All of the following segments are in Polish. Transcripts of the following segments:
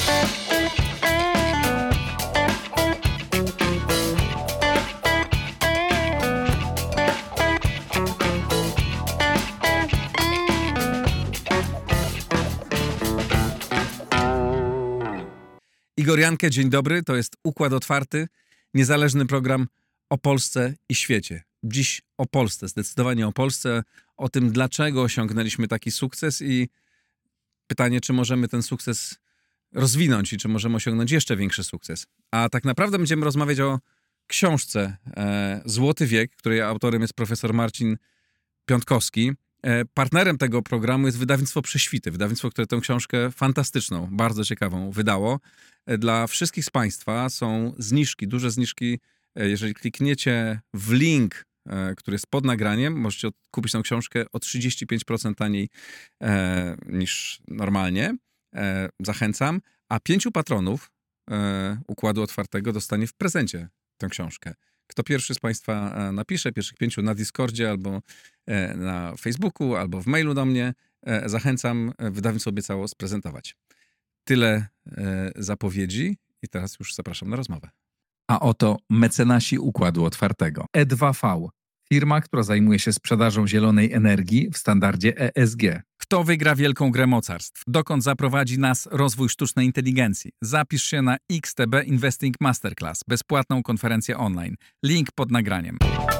Igor Jankę, dzień dobry. To jest Układ Otwarty, niezależny program o Polsce i świecie. Dziś o Polsce, zdecydowanie o Polsce, o tym, dlaczego osiągnęliśmy taki sukces i pytanie, czy możemy ten sukces rozwinąć i czy możemy osiągnąć jeszcze większy sukces. A tak naprawdę będziemy rozmawiać o książce Złoty wiek, której autorem jest profesor Marcin Piątkowski. Partnerem tego programu jest wydawnictwo Prześwity. Wydawnictwo, które tę książkę fantastyczną, bardzo ciekawą wydało. Dla wszystkich z Państwa są zniżki, duże zniżki. Jeżeli klikniecie w link, który jest pod nagraniem, możecie kupić tę książkę o 35% taniej niż normalnie. Zachęcam. A 5 patronów Układu Otwartego dostanie w prezencie tę książkę. Kto pierwszy z Państwa napisze, pierwszych 5 na Discordzie albo na Facebooku, albo w mailu do mnie, zachęcam, wydawnictwo obiecało sprezentować. Tyle zapowiedzi i teraz już zapraszam na rozmowę. A oto mecenasi Układu Otwartego. E2V, firma, która zajmuje się sprzedażą zielonej energii w standardzie ESG. Kto wygra wielką grę mocarstw? Dokąd zaprowadzi nas rozwój sztucznej inteligencji? Zapisz się na XTB Investing Masterclass, bezpłatną konferencję online. Link pod nagraniem.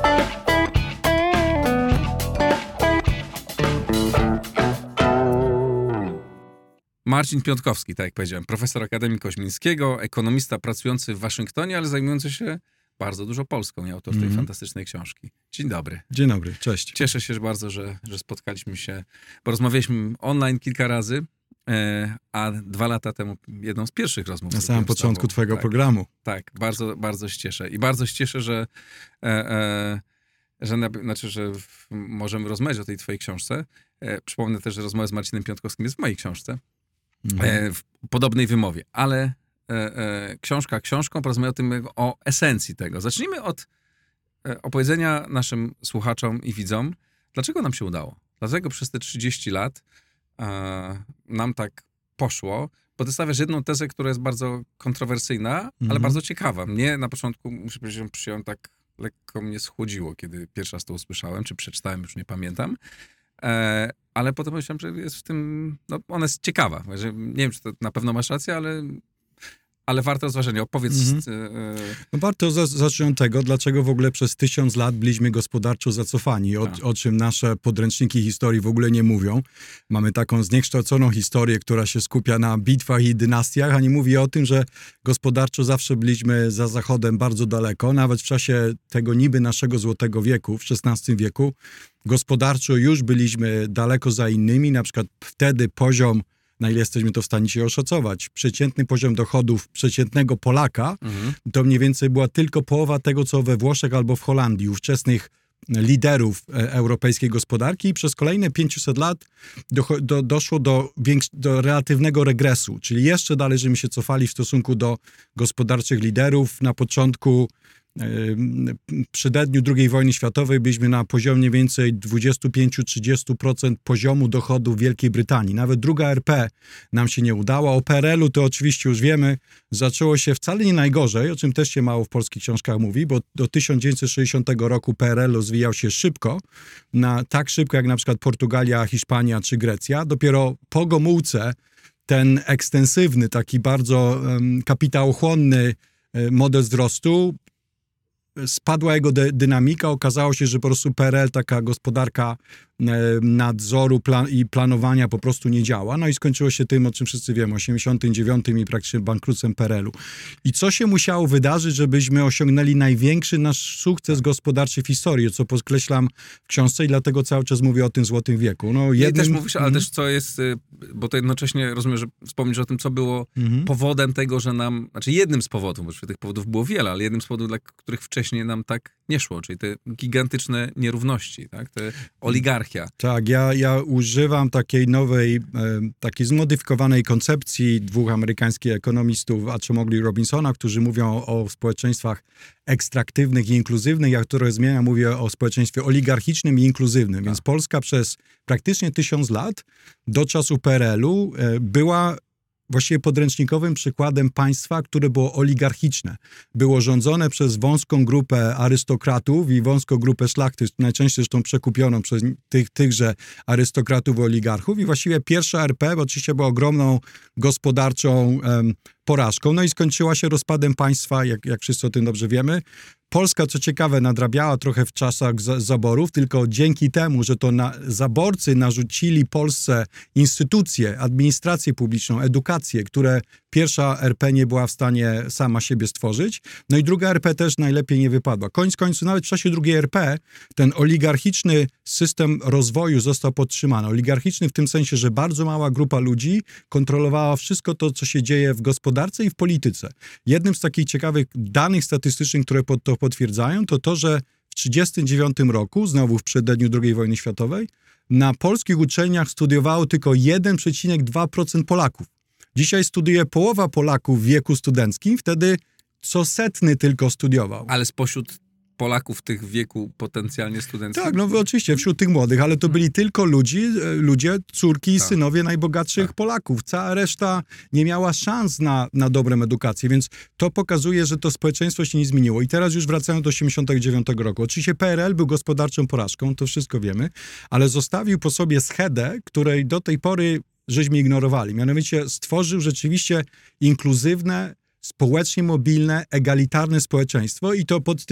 Marcin Piątkowski, tak jak powiedziałem, profesor Akademii Koźmińskiego, ekonomista pracujący w Waszyngtonie, ale zajmujący się bardzo dużo Polską i autor tej fantastycznej książki. Dzień dobry. Dzień dobry, cześć. Cieszę się bardzo, że spotkaliśmy się, bo rozmawialiśmy online kilka razy, a 2 lata temu jedną z pierwszych rozmów. Na samym początku twojego programu. Tak, bardzo, bardzo się cieszę. I bardzo się cieszę, że możemy rozmawiać o tej twojej książce. Przypomnę też, że rozmowa z Marcinem Piątkowskim jest w mojej książce. W podobnej wymowie, ale książka książką, porozmawiamy o esencji tego. Zacznijmy od opowiedzenia naszym słuchaczom i widzom, dlaczego nam się udało. Dlaczego przez te 30 lat nam tak poszło, bo ty stawiasz jedną tezę, która jest bardzo kontrowersyjna, ale bardzo ciekawa. Mnie na początku, muszę powiedzieć, że przyjąłem tak, lekko mnie schłodziło, kiedy pierwszy raz to usłyszałem, czy przeczytałem, już nie pamiętam. Ale potem myślałem, że jest w tym, ona jest ciekawa. Że nie wiem, czy to na pewno masz rację, ale warto rozważenia. Opowiedz. Warto zacząć od tego, dlaczego w ogóle przez 1000 lat byliśmy gospodarczo zacofani, o czym nasze podręczniki historii w ogóle nie mówią. Mamy taką zniekształconą historię, która się skupia na bitwach i dynastiach, a nie mówi o tym, że gospodarczo zawsze byliśmy za Zachodem bardzo daleko. Nawet w czasie tego niby naszego Złotego wieku, w XVI wieku, gospodarczo już byliśmy daleko za innymi. Na przykład wtedy poziom, na ile jesteśmy to w stanie się oszacować, przeciętny poziom dochodów przeciętnego Polaka, to mniej więcej była tylko połowa tego, co we Włoszech albo w Holandii, ówczesnych liderów europejskiej gospodarki, i przez kolejne 500 lat doszło do relatywnego regresu, czyli jeszcze dalej, żeśmy się cofali w stosunku do gospodarczych liderów. Na początku, przededniu II wojny światowej byliśmy na poziomie mniej więcej 25-30% poziomu dochodów Wielkiej Brytanii. Nawet druga RP nam się nie udała. O PRL-u to oczywiście już wiemy, zaczęło się wcale nie najgorzej, o czym też się mało w polskich książkach mówi, bo do 1960 roku PRL rozwijał się szybko, tak szybko jak na przykład Portugalia, Hiszpania czy Grecja. Dopiero po Gomułce ten ekstensywny, taki bardzo kapitałochłonny model wzrostu, spadła jego dynamika, okazało się, że po prostu PRL, taka gospodarka nadzoru i planowania po prostu nie działa. No i skończyło się tym, o czym wszyscy wiemy, 89 i praktycznie bankructwem PRL-u. I co się musiało wydarzyć, żebyśmy osiągnęli największy nasz sukces gospodarczy w historii, co podkreślam w książce i dlatego cały czas mówię o tym Złotym wieku. I też mówisz, ale też co jest, bo to jednocześnie rozumiem, że wspomnisz o tym, co było powodem tego, że nam, znaczy jednym z powodów, bo tych powodów było wiele, ale jednym z powodów, dla których wcześniej nam tak nie szło, czyli te gigantyczne nierówności, tak? Te oligarchia. Tak, ja używam takiej nowej, takiej zmodyfikowanej koncepcji 2 amerykańskich ekonomistów, Acemoglu i Robinsona, którzy mówią o społeczeństwach ekstraktywnych i inkluzywnych. Ja, które zmieniam, mówię o społeczeństwie oligarchicznym i inkluzywnym. Więc Polska przez praktycznie 1000 lat do czasu PRL-u była właściwie podręcznikowym przykładem państwa, które było oligarchiczne. Było rządzone przez wąską grupę arystokratów i wąską grupę szlachty, najczęściej zresztą przekupioną przez tychże arystokratów i oligarchów. I właściwie pierwsza RP oczywiście była ogromną gospodarczą porażką. No i skończyła się rozpadem państwa, jak wszyscy o tym dobrze wiemy. Polska, co ciekawe, nadrabiała trochę w czasach zaborów, tylko dzięki temu, że to zaborcy narzucili Polsce instytucje, administrację publiczną, edukację, które pierwsza RP nie była w stanie sama siebie stworzyć. No i druga RP też najlepiej nie wypadła. Koniec końców, nawet w czasie drugiej RP ten oligarchiczny system rozwoju został podtrzymany. Oligarchiczny w tym sensie, że bardzo mała grupa ludzi kontrolowała wszystko to, co się dzieje w gospodarce i w polityce. Jednym z takich ciekawych danych statystycznych, które to potwierdzają, to, że w 1939 roku, znowu w przededniu II wojny światowej, na polskich uczelniach studiowało tylko 1,2% Polaków. Dzisiaj studiuje połowa Polaków w wieku studenckim, wtedy co 100 tylko studiował. Ale spośród Polaków tych w wieku potencjalnie studenckim? Tak, no oczywiście, wśród tych młodych, ale to byli tylko ludzie, córki i synowie najbogatszych Polaków. Cała reszta nie miała szans na dobrą edukację, więc to pokazuje, że to społeczeństwo się nie zmieniło. I teraz już wracając do 1989 roku. Oczywiście PRL był gospodarczą porażką, to wszystko wiemy, ale zostawił po sobie schedę, której do tej pory żeśmy ignorowali. Mianowicie stworzył rzeczywiście inkluzywne, społecznie mobilne, egalitarne społeczeństwo i to pod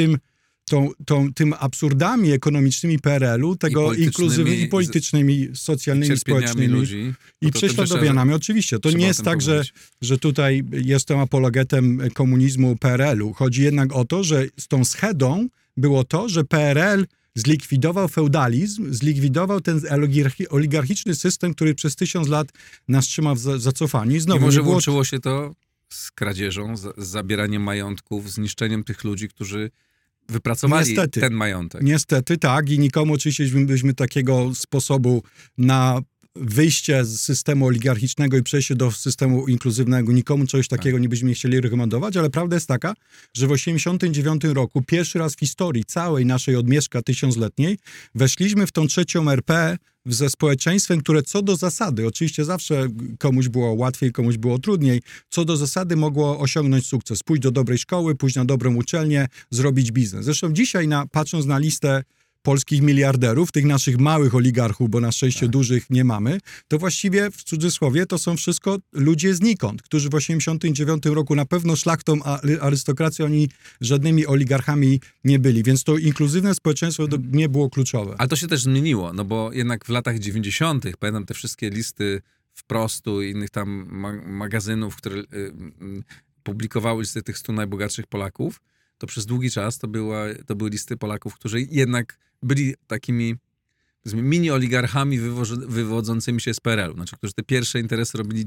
tym absurdami ekonomicznymi PRL-u, tego inkluzywnymi, politycznymi, socjalnymi, społecznymi ludzi, i prześladowaniami. Oczywiście. To nie jest tak, że tutaj jestem apologetem komunizmu PRL-u. Chodzi jednak o to, że z tą schedą było to, że PRL zlikwidował feudalizm, zlikwidował ten oligarchiczny system, który przez 1000 lat nas trzymał zacofani. Znowu, mimo że łączyło się to z kradzieżą, z zabieraniem majątków, zniszczeniem tych ludzi, którzy wypracowali ten majątek. Niestety tak i nikomu oczywiście byśmy takiego sposobu na wyjście z systemu oligarchicznego i przejście do systemu inkluzywnego, nikomu czegoś takiego nie byśmy chcieli rekomendować, ale prawda jest taka, że w 1989 roku pierwszy raz w historii całej naszej odmieszka 1000-letniej weszliśmy w tą trzecią RP ze społeczeństwem, które co do zasady, oczywiście zawsze komuś było łatwiej, komuś było trudniej, co do zasady mogło osiągnąć sukces. Pójść do dobrej szkoły, pójść na dobrą uczelnię, zrobić biznes. Zresztą dzisiaj, patrząc na listę polskich miliarderów, tych naszych małych oligarchów, bo na szczęście dużych nie mamy, to właściwie w cudzysłowie to są wszystko ludzie znikąd, którzy w 1989 roku na pewno szlachtą, arystokracją, ani żadnymi oligarchami nie byli. Więc to inkluzywne społeczeństwo nie było kluczowe. Ale to się też zmieniło, no bo jednak w latach 90. pamiętam te wszystkie listy Wprostu i innych tam magazynów, które publikowały listy tych 100 najbogatszych Polaków, to przez długi czas to były listy Polaków, którzy jednak byli takimi mini-oligarchami wywodzącymi się z PRL-u. Znaczy, którzy te pierwsze interesy robili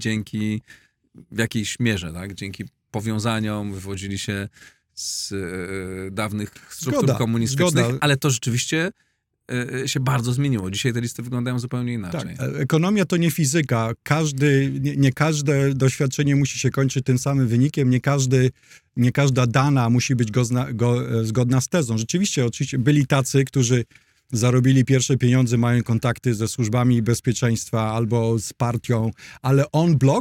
w jakiejś mierze, tak? Dzięki powiązaniom, wywodzili się z dawnych struktur komunistycznych, ale to rzeczywiście się bardzo zmieniło. Dzisiaj te listy wyglądają zupełnie inaczej. Tak, ekonomia to nie fizyka. Nie każde doświadczenie musi się kończyć tym samym wynikiem. Nie każda dana musi być zgodna z tezą. Rzeczywiście, oczywiście byli tacy, którzy zarobili pierwsze pieniądze, mają kontakty ze służbami bezpieczeństwa albo z partią, ale en bloc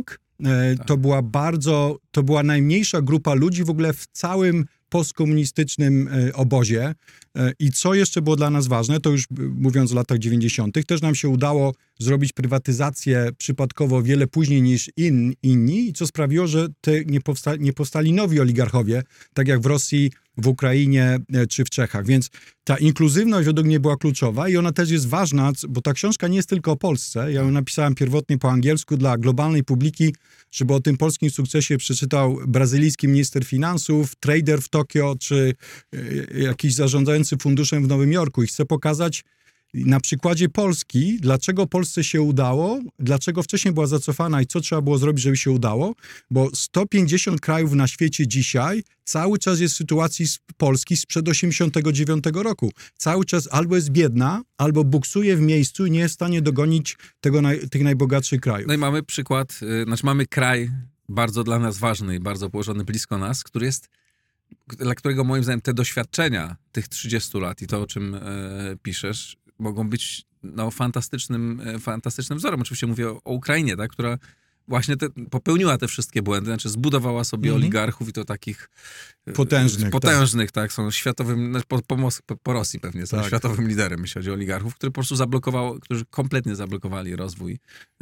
to była najmniejsza grupa ludzi w ogóle w całym postkomunistycznym obozie. I co jeszcze było dla nas ważne, to już mówiąc o latach 90., też nam się udało zrobić prywatyzację przypadkowo wiele później niż inni, co sprawiło, że nie powstali nowi oligarchowie, tak jak w Rosji, w Ukrainie czy w Czechach. Więc ta inkluzywność według mnie była kluczowa i ona też jest ważna, bo ta książka nie jest tylko o Polsce. Ja ją napisałem pierwotnie po angielsku dla globalnej publiki, żeby o tym polskim sukcesie przeczytał brazylijski minister finansów, trader w Tokio, czy jakiś zarządzający funduszem w Nowym Jorku. I chcę pokazać na przykładzie Polski, dlaczego Polsce się udało, dlaczego wcześniej była zacofana i co trzeba było zrobić, żeby się udało, bo 150 krajów na świecie dzisiaj cały czas jest w sytuacji z Polski sprzed 89 roku. Cały czas albo jest biedna, albo buksuje w miejscu i nie jest w stanie dogonić tych najbogatszych krajów. No i mamy przykład, mamy kraj bardzo dla nas ważny i bardzo położony blisko nas, dla którego moim zdaniem te doświadczenia tych 30 lat i to, o czym piszesz, mogą być fantastycznym wzorem. Oczywiście mówię o Ukrainie, tak, która popełniła te wszystkie błędy, znaczy zbudowała sobie oligarchów i to takich potężnych, tak, są światowym, po Rosji pewnie są światowym liderem, jeśli chodzi o oligarchów, którzy kompletnie zablokowali rozwój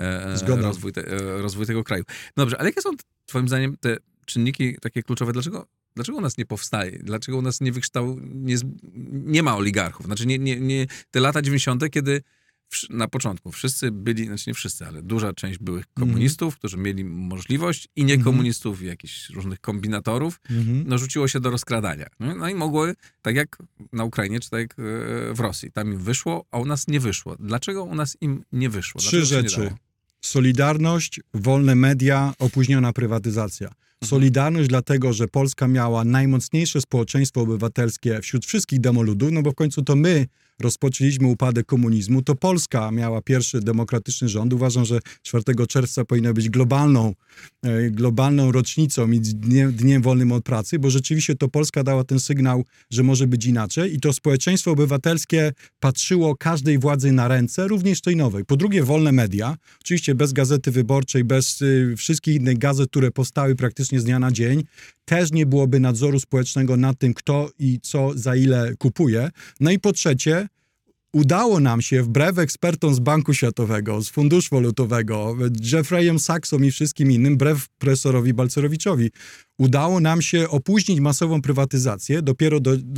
tego kraju. No dobrze, ale jakie są twoim zdaniem te czynniki takie kluczowe? Dlaczego u nas nie powstaje? Dlaczego u nas nie ma oligarchów? Znaczy te lata 90., kiedy na początku wszyscy byli, znaczy nie wszyscy, ale duża część byłych komunistów, którzy mieli możliwość i niekomunistów i jakichś różnych kombinatorów, rzuciło się do rozkradania. No i mogły, tak jak na Ukrainie, czy tak jak w Rosji. Tam im wyszło, a u nas nie wyszło. Dlaczego u nas im nie wyszło? Trzy rzeczy. Solidarność, wolne media, opóźniona prywatyzacja. Solidarność dlatego, że Polska miała najmocniejsze społeczeństwo obywatelskie wśród wszystkich demoludów, no bo w końcu to my rozpoczęliśmy upadek komunizmu, to Polska miała pierwszy demokratyczny rząd. Uważam, że 4 czerwca powinna być globalną rocznicą i dniem wolnym od pracy, bo rzeczywiście to Polska dała ten sygnał, że może być inaczej i to społeczeństwo obywatelskie patrzyło każdej władzy na ręce, również tej nowej. Po drugie, wolne media, oczywiście bez Gazety Wyborczej, bez wszystkich innych gazet, które powstały praktycznie z dnia na dzień, też nie byłoby nadzoru społecznego nad tym, kto i co za ile kupuje. No i po trzecie, udało nam się, wbrew ekspertom z Banku Światowego, z Funduszu Walutowego, Jeffreyem Sachsom i wszystkim innym, wbrew profesorowi Balcerowiczowi, udało nam się opóźnić masową prywatyzację. Dopiero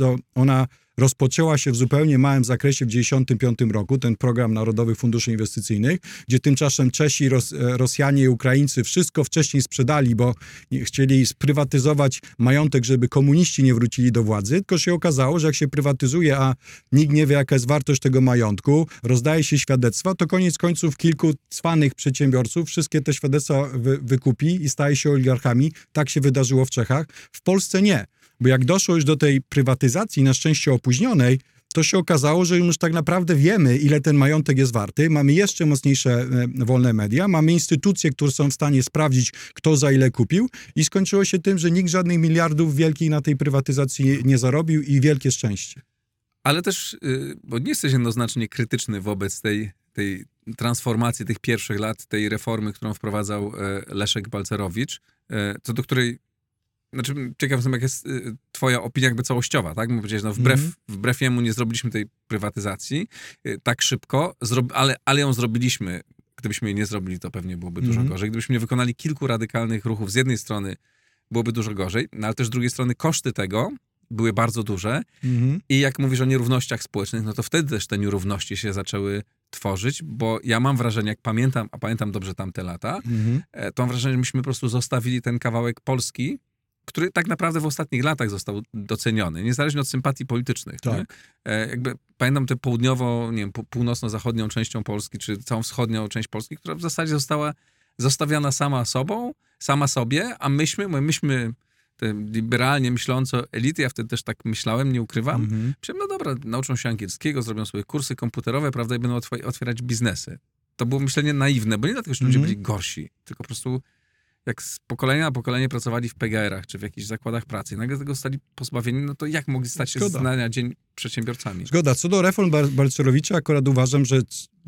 ona rozpoczęła się w zupełnie małym zakresie w 1995 roku, ten program Narodowych Funduszy Inwestycyjnych, gdzie tymczasem Czesi, Rosjanie i Ukraińcy wszystko wcześniej sprzedali, bo chcieli sprywatyzować majątek, żeby komuniści nie wrócili do władzy, tylko się okazało, że jak się prywatyzuje, a nikt nie wie, jaka jest wartość tego majątku, rozdaje się świadectwa, to koniec końców kilku cwanych przedsiębiorców wszystkie te świadectwa wykupi i staje się oligarchami. Tak się wydarzyło w Czechach. W Polsce nie. Bo jak doszło już do tej prywatyzacji, na szczęście opóźnionej, to się okazało, że już tak naprawdę wiemy, ile ten majątek jest warty. Mamy jeszcze mocniejsze wolne media, mamy instytucje, które są w stanie sprawdzić, kto za ile kupił i skończyło się tym, że nikt żadnych miliardów wielkich na tej prywatyzacji nie zarobił i wielkie szczęście. Ale też, bo nie jesteś jednoznacznie krytyczny wobec tej transformacji tych pierwszych lat, tej reformy, którą wprowadzał Leszek Balcerowicz, co do której znaczy, ciekaw jestem, jak jest twoja opinia jakby całościowa, tak? Bo powiedziałeś, no wbrew jemu nie zrobiliśmy tej prywatyzacji tak szybko, ale ją zrobiliśmy. Gdybyśmy jej nie zrobili, to pewnie byłoby dużo gorzej. Gdybyśmy nie wykonali kilku radykalnych ruchów, z jednej strony byłoby dużo gorzej, no ale też z drugiej strony koszty tego były bardzo duże i jak mówisz o nierównościach społecznych, no to wtedy też te nierówności się zaczęły tworzyć, bo ja mam wrażenie, jak pamiętam dobrze tamte lata, to mam wrażenie, że myśmy po prostu zostawili ten kawałek Polski, który tak naprawdę w ostatnich latach został doceniony, niezależnie od sympatii politycznych. Tak. Jakby pamiętam tę południowo, nie wiem, północno-zachodnią częścią Polski, czy całą wschodnią część Polski, która w zasadzie została zostawiana sama sobie, a myśmy te liberalnie myślące elity, ja wtedy też tak myślałem, nie ukrywam, no dobra, nauczą się angielskiego, zrobią sobie kursy komputerowe, prawda, i będą otwierać biznesy. To było myślenie naiwne, bo nie dlatego, że ludzie byli gorsi, tylko po prostu jak z pokolenia na pokolenie pracowali w PGR-ach czy w jakichś zakładach pracy i nagle tego zostali pozbawieni, no to jak mogli stać się z dnia na dzień przedsiębiorcami? Zgoda. Co do reform Balcerowicza, akurat uważam, że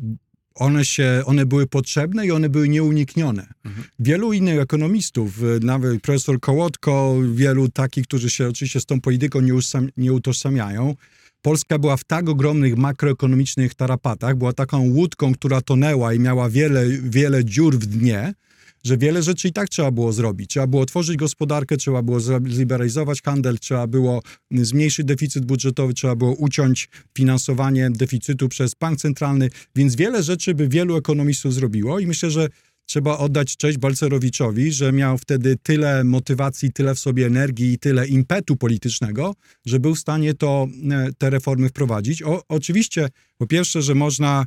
one były potrzebne i one były nieuniknione. Wielu innych ekonomistów, nawet profesor Kołotko, wielu takich, którzy się oczywiście z tą polityką nie utożsamiają, Polska była w tak ogromnych makroekonomicznych tarapatach, była taką łódką, która tonęła i miała wiele dziur w dnie, że wiele rzeczy i tak trzeba było zrobić. Trzeba było otworzyć gospodarkę, trzeba było zliberalizować handel, trzeba było zmniejszyć deficyt budżetowy, trzeba było uciąć finansowanie deficytu przez bank centralny, więc wiele rzeczy by wielu ekonomistów zrobiło i myślę, że trzeba oddać cześć Balcerowiczowi, że miał wtedy tyle motywacji, tyle w sobie energii i tyle impetu politycznego, że był w stanie te reformy wprowadzić. Oczywiście, po pierwsze, że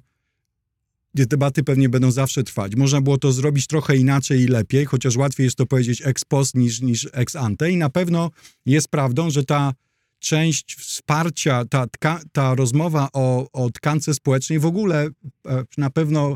debaty pewnie będą zawsze trwać. Można było to zrobić trochę inaczej i lepiej, chociaż łatwiej jest to powiedzieć ex post niż ex ante i na pewno jest prawdą, że ta część wsparcia, ta rozmowa o tkance społecznej w ogóle na pewno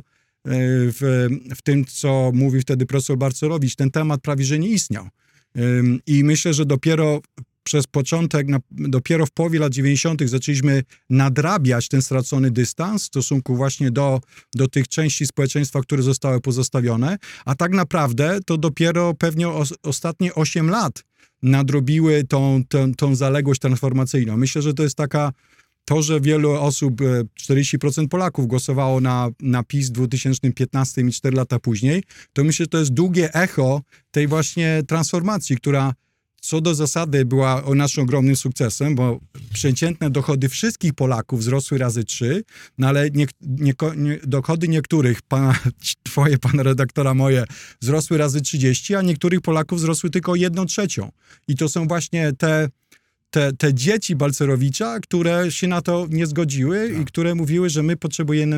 w tym, co mówił wtedy profesor Balcerowicz, ten temat prawie że nie istniał. I myślę, że dopiero przez początek, dopiero w połowie lat 90. zaczęliśmy nadrabiać ten stracony dystans w stosunku właśnie do tych części społeczeństwa, które zostały pozostawione, a tak naprawdę to dopiero pewnie ostatnie 8 lat nadrobiły tą zaległość transformacyjną. Myślę, że to jest to, że wielu osób, 40% Polaków głosowało na PiS w 2015 i 4 lata później, to myślę, że to jest długie echo tej właśnie transformacji, która co do zasady była naszym ogromnym sukcesem, bo przeciętne dochody wszystkich Polaków wzrosły razy 3, no ale dochody niektórych, pana redaktora, moje, wzrosły razy 30, a niektórych Polaków wzrosły tylko 1/3. I to są właśnie te dzieci Balcerowicza, które się na to nie zgodziły i które mówiły, że my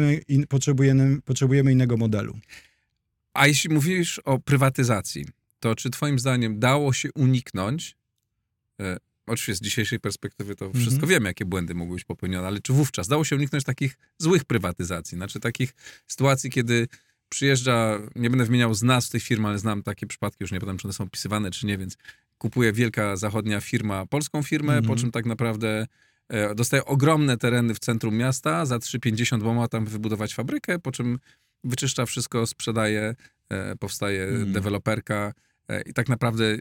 potrzebujemy innego modelu. A jeśli mówisz o prywatyzacji, to czy twoim zdaniem dało się uniknąć, oczywiście z dzisiejszej perspektywy to wszystko wiemy, jakie błędy mogły być popełnione, ale czy wówczas dało się uniknąć takich złych prywatyzacji, znaczy takich sytuacji, kiedy przyjeżdża, nie będę wymieniał z nazw tych firm, ale znam takie przypadki, już nie pamiętam, czy one są opisywane, czy nie, więc kupuje wielka zachodnia firma polską firmę, po czym tak naprawdę dostaje ogromne tereny w centrum miasta, za 3,50, bo ma tam wybudować fabrykę, po czym wyczyszcza wszystko, sprzedaje, powstaje deweloperka i tak naprawdę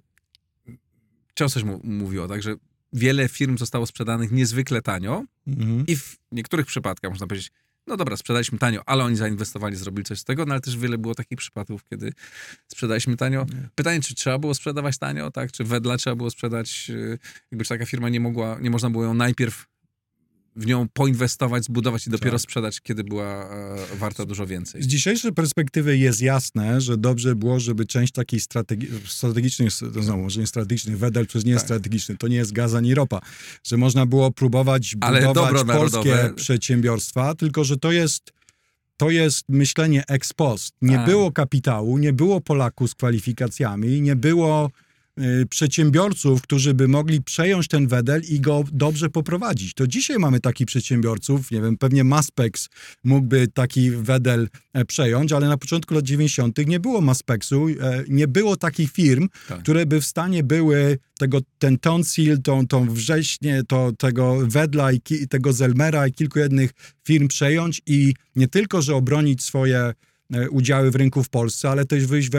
Czego coś mówiło, tak, że wiele firm zostało sprzedanych niezwykle tanio i w niektórych przypadkach można powiedzieć, no dobra, sprzedaliśmy tanio, ale oni zainwestowali, zrobili coś z tego, no ale też wiele było takich przypadków, kiedy sprzedaliśmy tanio. Pytanie, czy trzeba było sprzedawać tanio, tak, czy wedla trzeba było sprzedać, jakby czy taka firma nie można było ją najpierw w nią poinwestować, zbudować i dopiero sprzedać, kiedy była warta dużo więcej. Z dzisiejszej perspektywy jest jasne, że dobrze było, żeby część takiej strategicznych, znowu, może nie strategicznych, Wedel przecież nie jest strategiczny, to nie jest gaz ani ropa, że można było próbować budować polskie przedsiębiorstwa, tylko że to jest myślenie ex post. Nie było kapitału, nie było Polaków z kwalifikacjami, nie było przedsiębiorców, którzy by mogli przejąć ten Wedel i go dobrze poprowadzić. To dzisiaj mamy takich przedsiębiorców, nie wiem, pewnie Maspex mógłby taki Wedel przejąć, ale na początku lat 90. nie było Maspexu, nie było takich firm, które by w stanie były ten Tonsil, tą Wrześnie, tego Wedla i tego Zelmera i kilku innych firm przejąć i nie tylko, że obronić swoje udziały w rynku w Polsce, ale też wyjść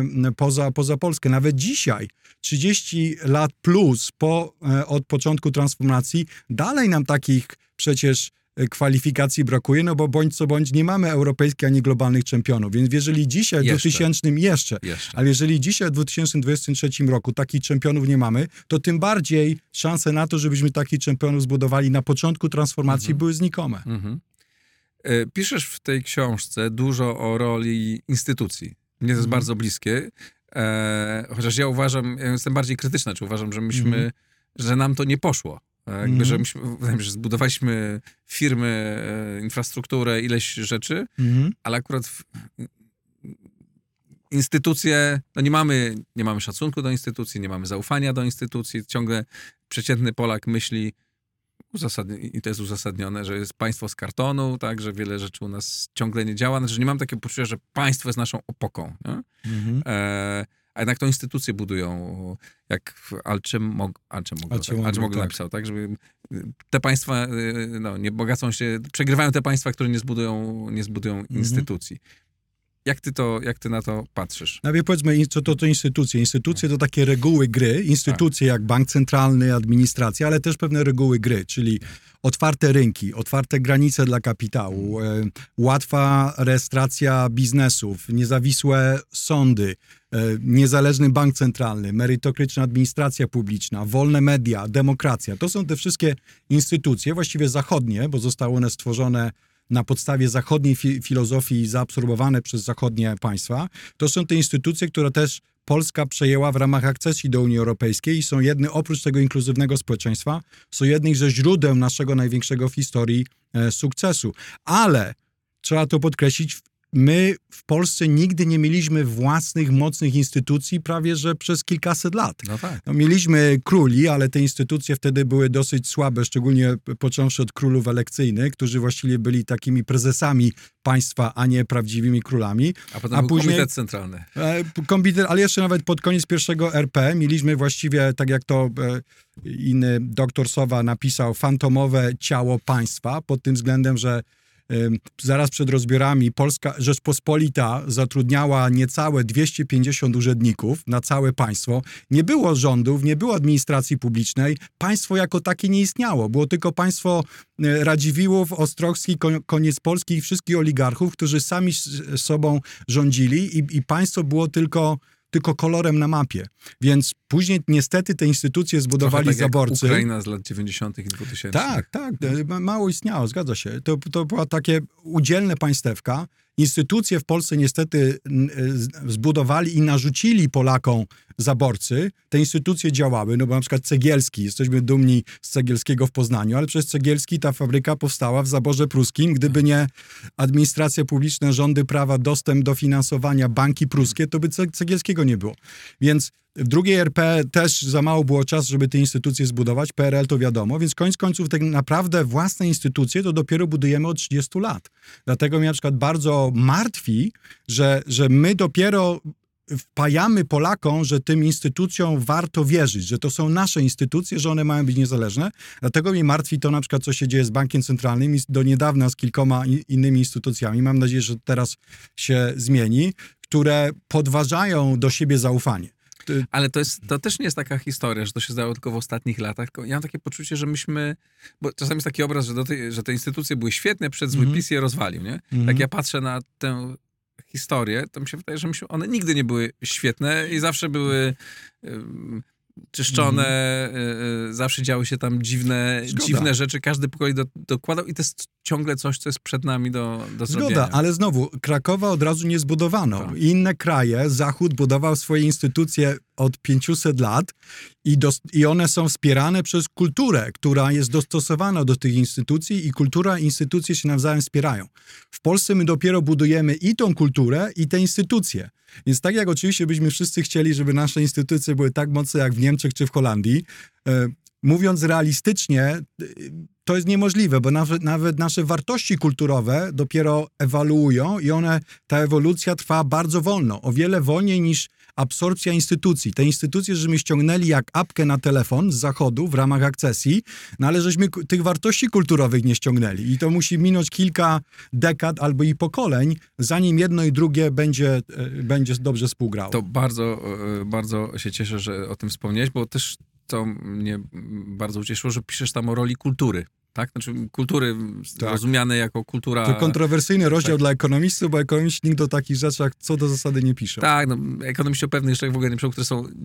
poza Polskę. Nawet dzisiaj, 30 lat plus od początku transformacji, dalej nam takich przecież kwalifikacji brakuje, no bo bądź co bądź nie mamy europejskich ani globalnych czempionów. Więc jeżeli dzisiaj w 2000 ale jeżeli dzisiaj w 2023 roku takich czempionów nie mamy, to tym bardziej szanse na to, żebyśmy takich czempionów zbudowali na początku transformacji były znikome. Piszesz w tej książce dużo o roli instytucji. Mnie to jest bardzo bliskie. Chociaż ja jestem bardziej krytyczny, czy uważam, że że nam to nie poszło. Jakby, że że zbudowaliśmy firmy, infrastrukturę, ileś rzeczy, ale akurat instytucje, no nie mamy szacunku do instytucji, nie mamy zaufania do instytucji. Ciągle przeciętny Polak myśli, i to jest uzasadnione, że jest państwo z kartonu, tak, że wiele rzeczy u nas ciągle nie działa, że nie mam takiego poczucia, że państwo jest naszą opoką. A jednak to instytucje budują, jak Alczemoglu napisał, tak, żeby te państwa nie bogacą się, przegrywają te państwa, które nie zbudują instytucji. Jak ty na to patrzysz? Najpierw powiedzmy, co to instytucje. Instytucje to takie reguły gry. Instytucje jak bank centralny, administracja, ale też pewne reguły gry, czyli otwarte rynki, otwarte granice dla kapitału, łatwa rejestracja biznesów, niezawisłe sądy, niezależny bank centralny, merytoryczna administracja publiczna, wolne media, demokracja. To są te wszystkie instytucje, właściwie zachodnie, bo zostały one stworzone na podstawie zachodniej filozofii i zaabsorbowane przez zachodnie państwa. To są te instytucje, które też Polska przejęła w ramach akcesji do Unii Europejskiej i są oprócz tego inkluzywnego społeczeństwa, są jednym ze źródeł naszego największego w historii sukcesu. Ale trzeba to podkreślić, my w Polsce nigdy nie mieliśmy własnych, mocnych instytucji prawie, że przez kilkaset lat. No tak. No, mieliśmy króli, ale te instytucje wtedy były dosyć słabe, szczególnie począwszy od królów elekcyjnych, którzy właściwie byli takimi prezesami państwa, a nie prawdziwymi królami. A potem był później komitet centralny. Ale jeszcze nawet pod koniec pierwszego RP mieliśmy właściwie, tak jak to inny doktor Sowa napisał, fantomowe ciało państwa, pod tym względem, że zaraz przed rozbiorami Polska Rzeczpospolita zatrudniała niecałe 250 urzędników na całe państwo. Nie było rządów, nie było administracji publicznej. Państwo jako takie nie istniało. Było tylko państwo Radziwiłłów, Ostrowski, koniec Polski i wszystkich oligarchów, którzy sami sobą rządzili i państwo było tylko kolorem na mapie. Więc później niestety te instytucje zbudowali tak zaborcy. Jak Ukraina z lat 90. i 2000. Tak, mało istniało, zgadza się. To była takie udzielne państewka. Instytucje w Polsce niestety zbudowali i narzucili Polakom zaborcy. Te instytucje działały, no bo na przykład Cegielski, jesteśmy dumni z Cegielskiego w Poznaniu, ale przez Cegielski ta fabryka powstała w zaborze pruskim. Gdyby nie administracja publiczna, rządy prawa, dostęp do finansowania, banki pruskie, to by Cegielskiego nie było. Więc w drugiej RP też za mało było czasu, żeby te instytucje zbudować. PRL to wiadomo, więc koniec końców tak naprawdę własne instytucje to dopiero budujemy od 30 lat. Dlatego mnie na przykład bardzo martwi, że my dopiero wpajamy Polakom, że tym instytucjom warto wierzyć, że to są nasze instytucje, że one mają być niezależne. Dlatego mnie martwi to na przykład, co się dzieje z Bankiem Centralnym i do niedawna z kilkoma innymi instytucjami. Mam nadzieję, że teraz się zmieni, które podważają do siebie zaufanie. Ale to też nie jest taka historia, że to się zdało tylko w ostatnich latach. Ja mam takie poczucie, że myśmy... Bo czasami jest taki obraz, że te instytucje były świetne, przed zły PiS je rozwalił, nie? Jak ja patrzę na tę historię, to mi się wydaje, że one nigdy nie były świetne i zawsze były czyszczone, zawsze działy się tam dziwne rzeczy, każdy po kolei dokładał i to jest ciągle coś, co jest przed nami do zrobienia. Zgoda, ale znowu, Krakowa od razu nie zbudowano. Tak. Inne kraje, Zachód budował swoje instytucje od 500 lat i one są wspierane przez kulturę, która jest dostosowana do tych instytucji i kultura i instytucje się nawzajem wspierają. W Polsce my dopiero budujemy i tą kulturę, i te instytucje. Więc tak jak oczywiście byśmy wszyscy chcieli, żeby nasze instytucje były tak mocne jak w Niemczech czy w Holandii, mówiąc realistycznie, to jest niemożliwe, bo nawet nasze wartości kulturowe dopiero ewoluują i ta ewolucja trwa bardzo wolno, o wiele wolniej niż absorpcja instytucji. Te instytucje, żeśmy ściągnęli jak apkę na telefon z zachodu w ramach akcesji, no ale żeśmy tych wartości kulturowych nie ściągnęli. I to musi minąć kilka dekad albo i pokoleń, zanim jedno i drugie będzie dobrze współgrało. To bardzo się cieszę, że o tym wspomniałeś, bo też to mnie bardzo ucieszyło, że piszesz tam o roli kultury. Tak? Znaczy kultury rozumiane jako kultura... To kontrowersyjny rozdział dla ekonomistów, bo ekonomiści nigdy o takich rzeczach co do zasady nie piszą. Tak, ekonomiści o pewnych rzeczach w ogóle nie piszą, które są...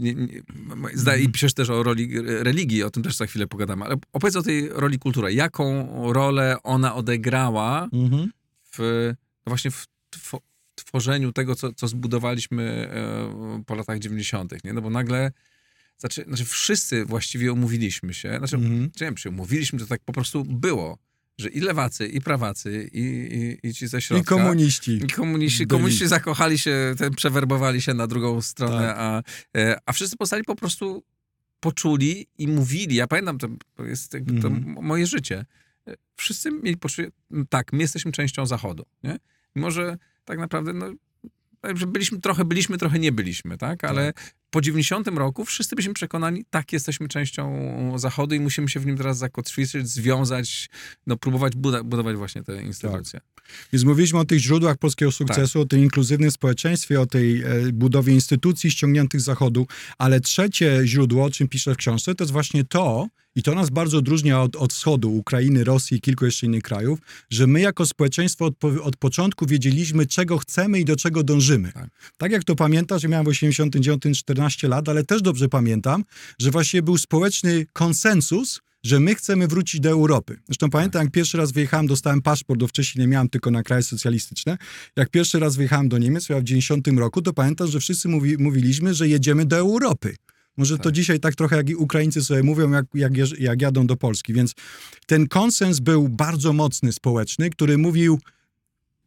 I piszesz też o roli religii, o tym też za chwilę pogadamy, ale opowiedz o tej roli kultury. Jaką rolę ona odegrała właśnie w tworzeniu tego, co zbudowaliśmy po latach 90. Nie? No bo nagle... Znaczy wszyscy właściwie umówiliśmy się, nie wiem, czy umówiliśmy, to tak po prostu było, że i lewacy, i prawacy, i ci ze środka. I komuniści. Komuniści zakochali się, przewerbowali się na drugą stronę, tak. A wszyscy pozostali po prostu poczuli i mówili. Ja pamiętam, to jest to moje życie. Wszyscy mieli poczucie, tak, my jesteśmy częścią Zachodu, nie? Mimo że tak naprawdę, że byliśmy, trochę nie byliśmy, tak? Ale po 90 roku wszyscy byliśmy przekonani, tak, jesteśmy częścią Zachodu i musimy się w nim teraz zakotwiczyć, związać, próbować budować właśnie te instytucje. Tak. Więc mówiliśmy o tych źródłach polskiego sukcesu, o tym inkluzywnym społeczeństwie, o tej budowie instytucji ściągniętych z Zachodu, ale trzecie źródło, o czym piszę w książce, to jest właśnie to, i to nas bardzo odróżnia od Wschodu, Ukrainy, Rosji i kilku jeszcze innych krajów, że my jako społeczeństwo od początku wiedzieliśmy, czego chcemy i do czego dążymy. Tak jak to pamiętam, że miałem w 89 14 lat, ale też dobrze pamiętam, że właściwie był społeczny konsensus, że my chcemy wrócić do Europy. Zresztą pamiętam, jak pierwszy raz wyjechałem, dostałem paszport, bo wcześniej nie miałem tylko na kraje socjalistyczne. Jak pierwszy raz wyjechałem do Niemiec, ja w 90 roku, to pamiętam, że wszyscy mówiliśmy, że jedziemy do Europy. Może to dzisiaj tak trochę jak Ukraińcy sobie mówią, jak jadą do Polski. Więc ten konsens był bardzo mocny, społeczny, który mówił,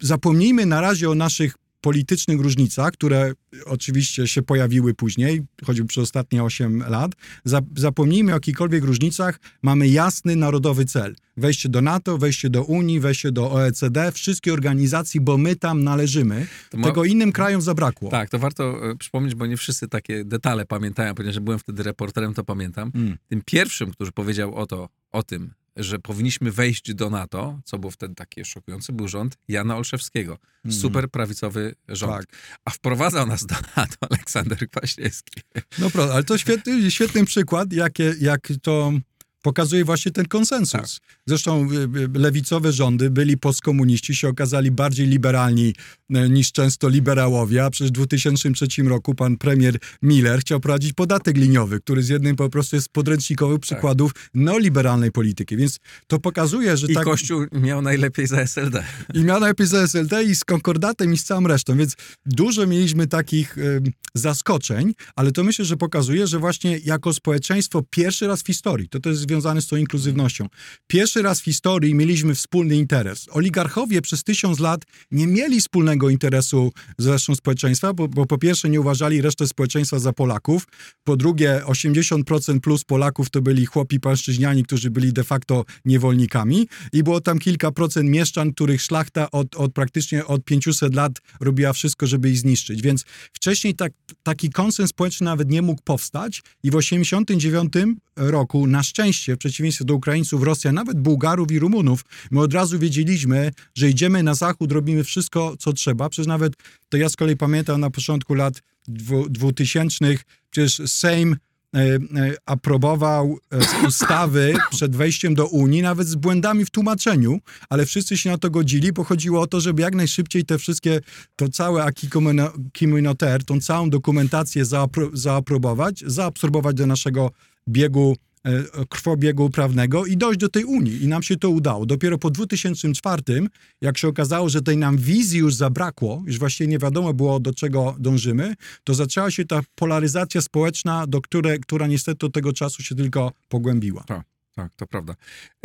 zapomnijmy na razie o naszych politycznych różnicach, które oczywiście się pojawiły później, choćby przez ostatnie 8 lat. Zapomnijmy o jakichkolwiek różnicach. Mamy jasny narodowy cel. Wejście do NATO, wejście do Unii, wejście do OECD, wszystkie organizacji, bo my tam należymy. Tego innym krajom zabrakło. Tak, to warto przypomnieć, bo nie wszyscy takie detale pamiętają, ponieważ byłem wtedy reporterem, to pamiętam. Tym pierwszym, który powiedział o tym, że powinniśmy wejść do NATO, co było wtedy takie szokujące, był rząd Jana Olszewskiego. Super prawicowy rząd. Tak. A wprowadzał nas do NATO Aleksander Kwaśniewski. No prawda, ale to świetny przykład, jak to pokazuje właśnie ten konsensus. Tak. Zresztą lewicowe rządy byli postkomuniści, się okazali bardziej liberalni niż często liberałowie, a przecież w 2003 roku pan premier Miller chciał prowadzić podatek liniowy, który z jednym po prostu jest z podręcznikowych przykładów neoliberalnej polityki. Więc to pokazuje, że I Kościół miał najlepiej za SLD. I miał najlepiej za SLD i z konkordatem i z całą resztą. Więc dużo mieliśmy takich zaskoczeń, ale to myślę, że pokazuje, że właśnie jako społeczeństwo pierwszy raz w historii, to jest związane z tą inkluzywnością, pierwszy raz w historii mieliśmy wspólny interes. Oligarchowie przez 1000 lat nie mieli wspólnego interesu z resztą społeczeństwa, bo po pierwsze nie uważali resztę społeczeństwa za Polaków, po drugie 80% plus Polaków to byli chłopi pańszczyźniani, którzy byli de facto niewolnikami i było tam kilka procent mieszczan, których szlachta praktycznie od 500 lat robiła wszystko, żeby ich zniszczyć. Więc wcześniej taki konsens społeczny nawet nie mógł powstać i w 1989 roku na szczęście, w przeciwieństwie do Ukraińców, Rosjan, nawet Bułgarów i Rumunów, my od razu wiedzieliśmy, że idziemy na zachód, robimy wszystko, co trzeba. Przecież nawet, to ja z kolei pamiętam na początku lat 2000, przecież Sejm aprobował ustawy przed wejściem do Unii, nawet z błędami w tłumaczeniu, ale wszyscy się na to godzili, bo chodziło o to, żeby jak najszybciej te wszystkie, to całe acquis communautaire, tą całą dokumentację zaabsorbować do naszego krwobiegu prawnego i dojść do tej Unii. I nam się to udało. Dopiero po 2004, jak się okazało, że tej nam wizji już zabrakło, już właściwie nie wiadomo było, do czego dążymy, to zaczęła się ta polaryzacja społeczna, która niestety od tego czasu się tylko pogłębiła. Tak, to prawda.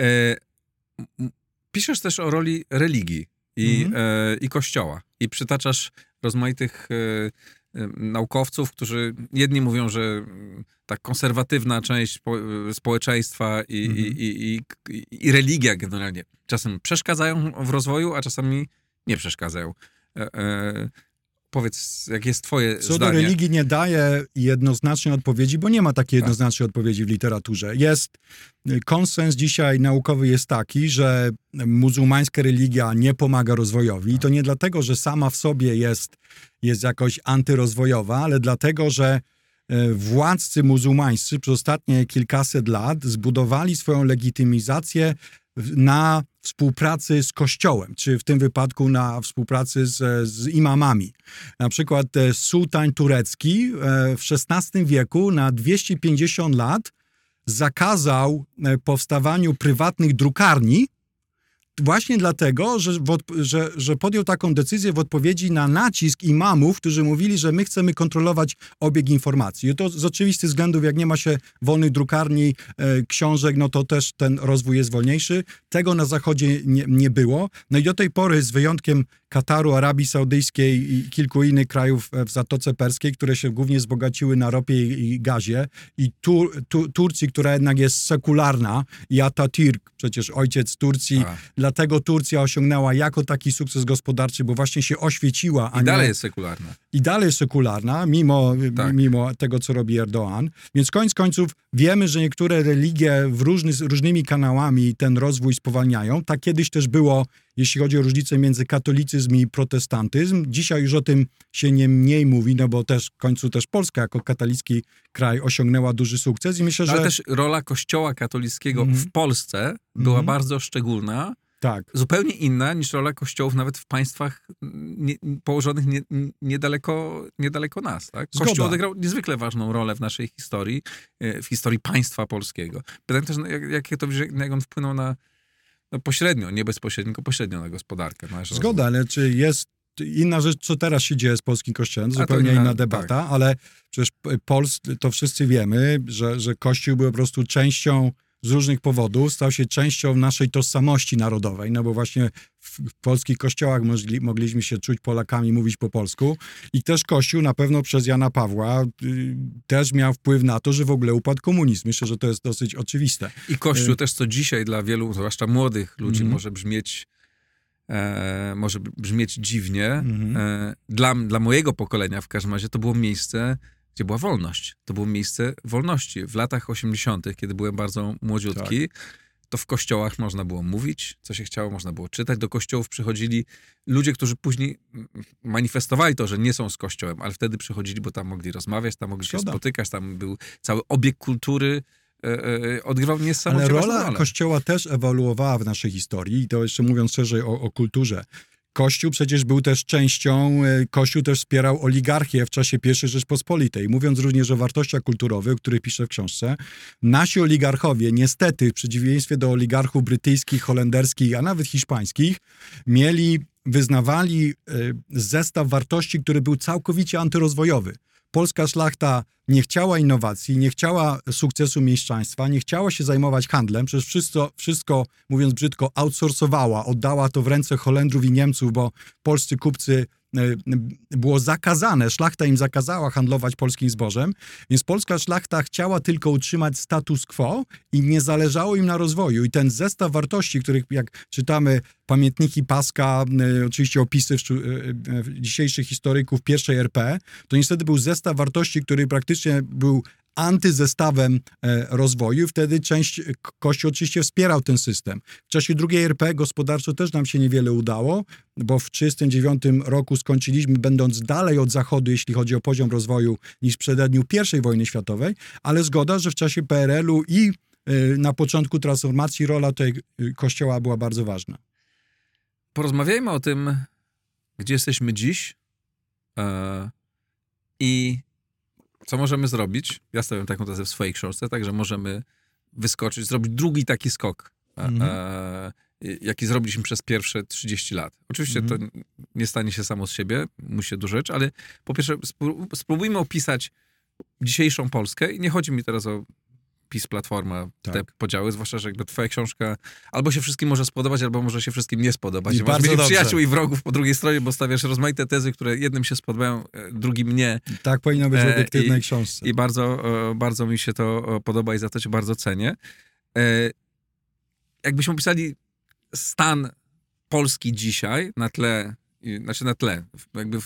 Piszesz też o roli religii i Kościoła. I przytaczasz rozmaitych naukowców, którzy jedni mówią, że ta konserwatywna część społeczeństwa i religia generalnie czasem przeszkadzają w rozwoju, a czasami nie przeszkadzają. Powiedz, jakie jest twoje zdanie? Co do religii nie daje jednoznacznej odpowiedzi, bo nie ma takiej jednoznacznej odpowiedzi w literaturze. Konsens dzisiaj naukowy jest taki, że muzułmańska religia nie pomaga rozwojowi. I to nie dlatego, że sama w sobie jest jakoś antyrozwojowa, ale dlatego, że władcy muzułmańscy przez ostatnie kilkaset lat zbudowali swoją legitymizację na współpracy z Kościołem, czy w tym wypadku na współpracy z imamami. Na przykład sułtan turecki w XVI wieku na 250 lat zakazał powstawaniu prywatnych drukarni, właśnie dlatego, że podjął taką decyzję w odpowiedzi na nacisk imamów, którzy mówili, że my chcemy kontrolować obieg informacji. I to z oczywistych względów, jak nie ma się wolnych drukarni, książek, no to też ten rozwój jest wolniejszy. Tego na Zachodzie nie było. No i do tej pory, z wyjątkiem Kataru, Arabii Saudyjskiej i kilku innych krajów w Zatoce Perskiej, które się głównie wzbogaciły na ropie i gazie, i Turcji, która jednak jest sekularna, i Atatürk, przecież ojciec Turcji, dlatego Turcja osiągnęła jako taki sukces gospodarczy, bo właśnie się oświeciła. I dalej jest sekularna. I dalej jest sekularna, mimo tego, co robi Erdoğan. Więc koniec końców wiemy, że niektóre religie różnymi kanałami ten rozwój spowalniają. Tak kiedyś też było, jeśli chodzi o różnicę między katolicyzm i protestantyzm. Dzisiaj już o tym się nie mniej mówi, no bo też w końcu też Polska jako katolicki kraj osiągnęła duży sukces. I myślę, że... Ale też rola Kościoła katolickiego w Polsce była bardzo szczególna. Tak. Zupełnie inna niż rola kościołów nawet w państwach położonych niedaleko nas. Tak? Kościół odegrał niezwykle ważną rolę w naszej historii, w historii państwa polskiego. Pytam też, jak on wpłynął na pośrednio, nie bezpośrednio, tylko pośrednio na gospodarkę. Zgoda, ale czy jest inna rzecz, co teraz się dzieje z polskim kościołem, to zupełnie inna debata, tak. Ale przecież to wszyscy wiemy, że Kościół był po prostu częścią z różnych powodów, stał się częścią naszej tożsamości narodowej, no bo właśnie w polskich kościołach mogliśmy się czuć Polakami, mówić po polsku i też Kościół na pewno przez Jana Pawła też miał wpływ na to, że w ogóle upadł komunizm. Myślę, że to jest dosyć oczywiste. I Kościół też, co dzisiaj dla wielu, zwłaszcza młodych ludzi, może brzmieć dziwnie. Dla mojego pokolenia w każdym razie to było miejsce, gdzie była wolność. To było miejsce wolności. W latach 80., kiedy byłem bardzo młodziutki, to w kościołach można było mówić, co się chciało, można było czytać. Do kościołów przychodzili ludzie, którzy później manifestowali to, że nie są z kościołem, ale wtedy przychodzili, bo tam mogli rozmawiać, tam mogli się spotykać, tam był cały obieg kultury, odgrywał niesamowicie ważną rolę. Ale rola Kościoła też ewoluowała w naszej historii i to jeszcze mówiąc szerzej o kulturze. Kościół przecież był też częścią, Kościół też wspierał oligarchię w czasie I Rzeczpospolitej. Mówiąc również o wartościach kulturowych, o których piszę w książce, nasi oligarchowie niestety, w przeciwieństwie do oligarchów brytyjskich, holenderskich, a nawet hiszpańskich, wyznawali zestaw wartości, który był całkowicie antyrozwojowy. Polska szlachta nie chciała innowacji, nie chciała sukcesu mieszczaństwa, nie chciała się zajmować handlem, przecież wszystko, mówiąc brzydko, outsourcowała, oddała to w ręce Holendrów i Niemców, bo polscy kupcy było zakazane, szlachta im zakazała handlować polskim zbożem, więc polska szlachta chciała tylko utrzymać status quo i nie zależało im na rozwoju. I ten zestaw wartości, których jak czytamy pamiętniki Paska, oczywiście opisy dzisiejszych historyków pierwszej RP, to niestety był zestaw wartości, który praktycznie był antyzestawem rozwoju. Wtedy Kościół oczywiście wspierał ten system. W czasie II RP gospodarczo też nam się niewiele udało, bo w 1939 roku skończyliśmy, będąc dalej od Zachodu, jeśli chodzi o poziom rozwoju, niż w przededniu I wojny światowej, ale zgoda, że w czasie PRL-u i na początku transformacji rola tej Kościoła była bardzo ważna. Porozmawiajmy o tym, gdzie jesteśmy dziś i co możemy zrobić. Ja stawiam taką tezę w swojej książce, także możemy wyskoczyć, zrobić drugi taki skok, jaki zrobiliśmy przez pierwsze 30 lat. Oczywiście to nie stanie się samo z siebie, musi się dużo rzeczy, ale po pierwsze spróbujmy opisać dzisiejszą Polskę i nie chodzi mi teraz o PiS, Platforma, te podziały, zwłaszcza, że jakby twoja książka albo się wszystkim może spodobać, albo może się wszystkim nie spodobać. I masz mieć przyjaciół i wrogów po drugiej stronie, bo stawiasz rozmaite tezy, które jednym się spodobają, drugim nie. Tak powinno być w obiektywnej książce. I bardzo mi się to podoba i za to cię bardzo cenię. Jakbyśmy opisali stan Polski dzisiaj na tle, jakby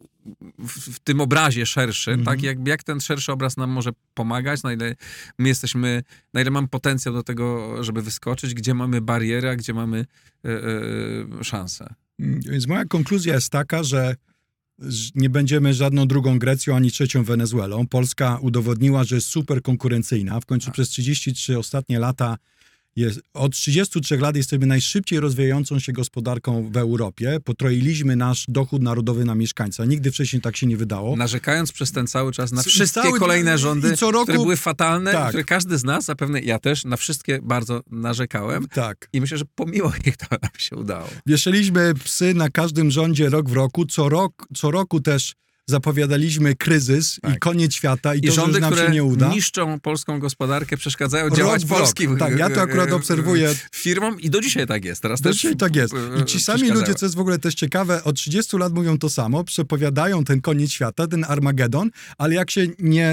w tym obrazie szerszym, tak? Jak ten szerszy obraz nam może pomagać, na ile mamy potencjał do tego, żeby wyskoczyć, gdzie mamy barierę, a gdzie mamy szansę. Więc moja konkluzja jest taka, że nie będziemy żadną drugą Grecją ani trzecią Wenezuelą. Polska udowodniła, że jest super konkurencyjna. W końcu przez 33 ostatnie lata od 33 lat jesteśmy najszybciej rozwijającą się gospodarką w Europie. Potroiliśmy nasz dochód narodowy na mieszkańca. Nigdy wcześniej tak się nie wydało. Narzekając przez ten cały czas na wszystkie kolejne rządy, które były fatalne, które każdy z nas, zapewne ja też, na wszystkie bardzo narzekałem. Tak. I myślę, że pomimo ich to nam się udało. Wieszyliśmy psy na każdym rządzie rok w roku. Co roku też zapowiadaliśmy kryzys i koniec świata i to, rządy, że nam się nie uda. Niszczą polską gospodarkę, przeszkadzają działać polskim Tak, ja to akurat obserwuję. Firmom i do dzisiaj tak jest. Dzisiaj tak jest. I ci sami ludzie, co jest w ogóle też ciekawe, od 30 lat mówią to samo, przepowiadają ten koniec świata, ten Armagedon, ale jak się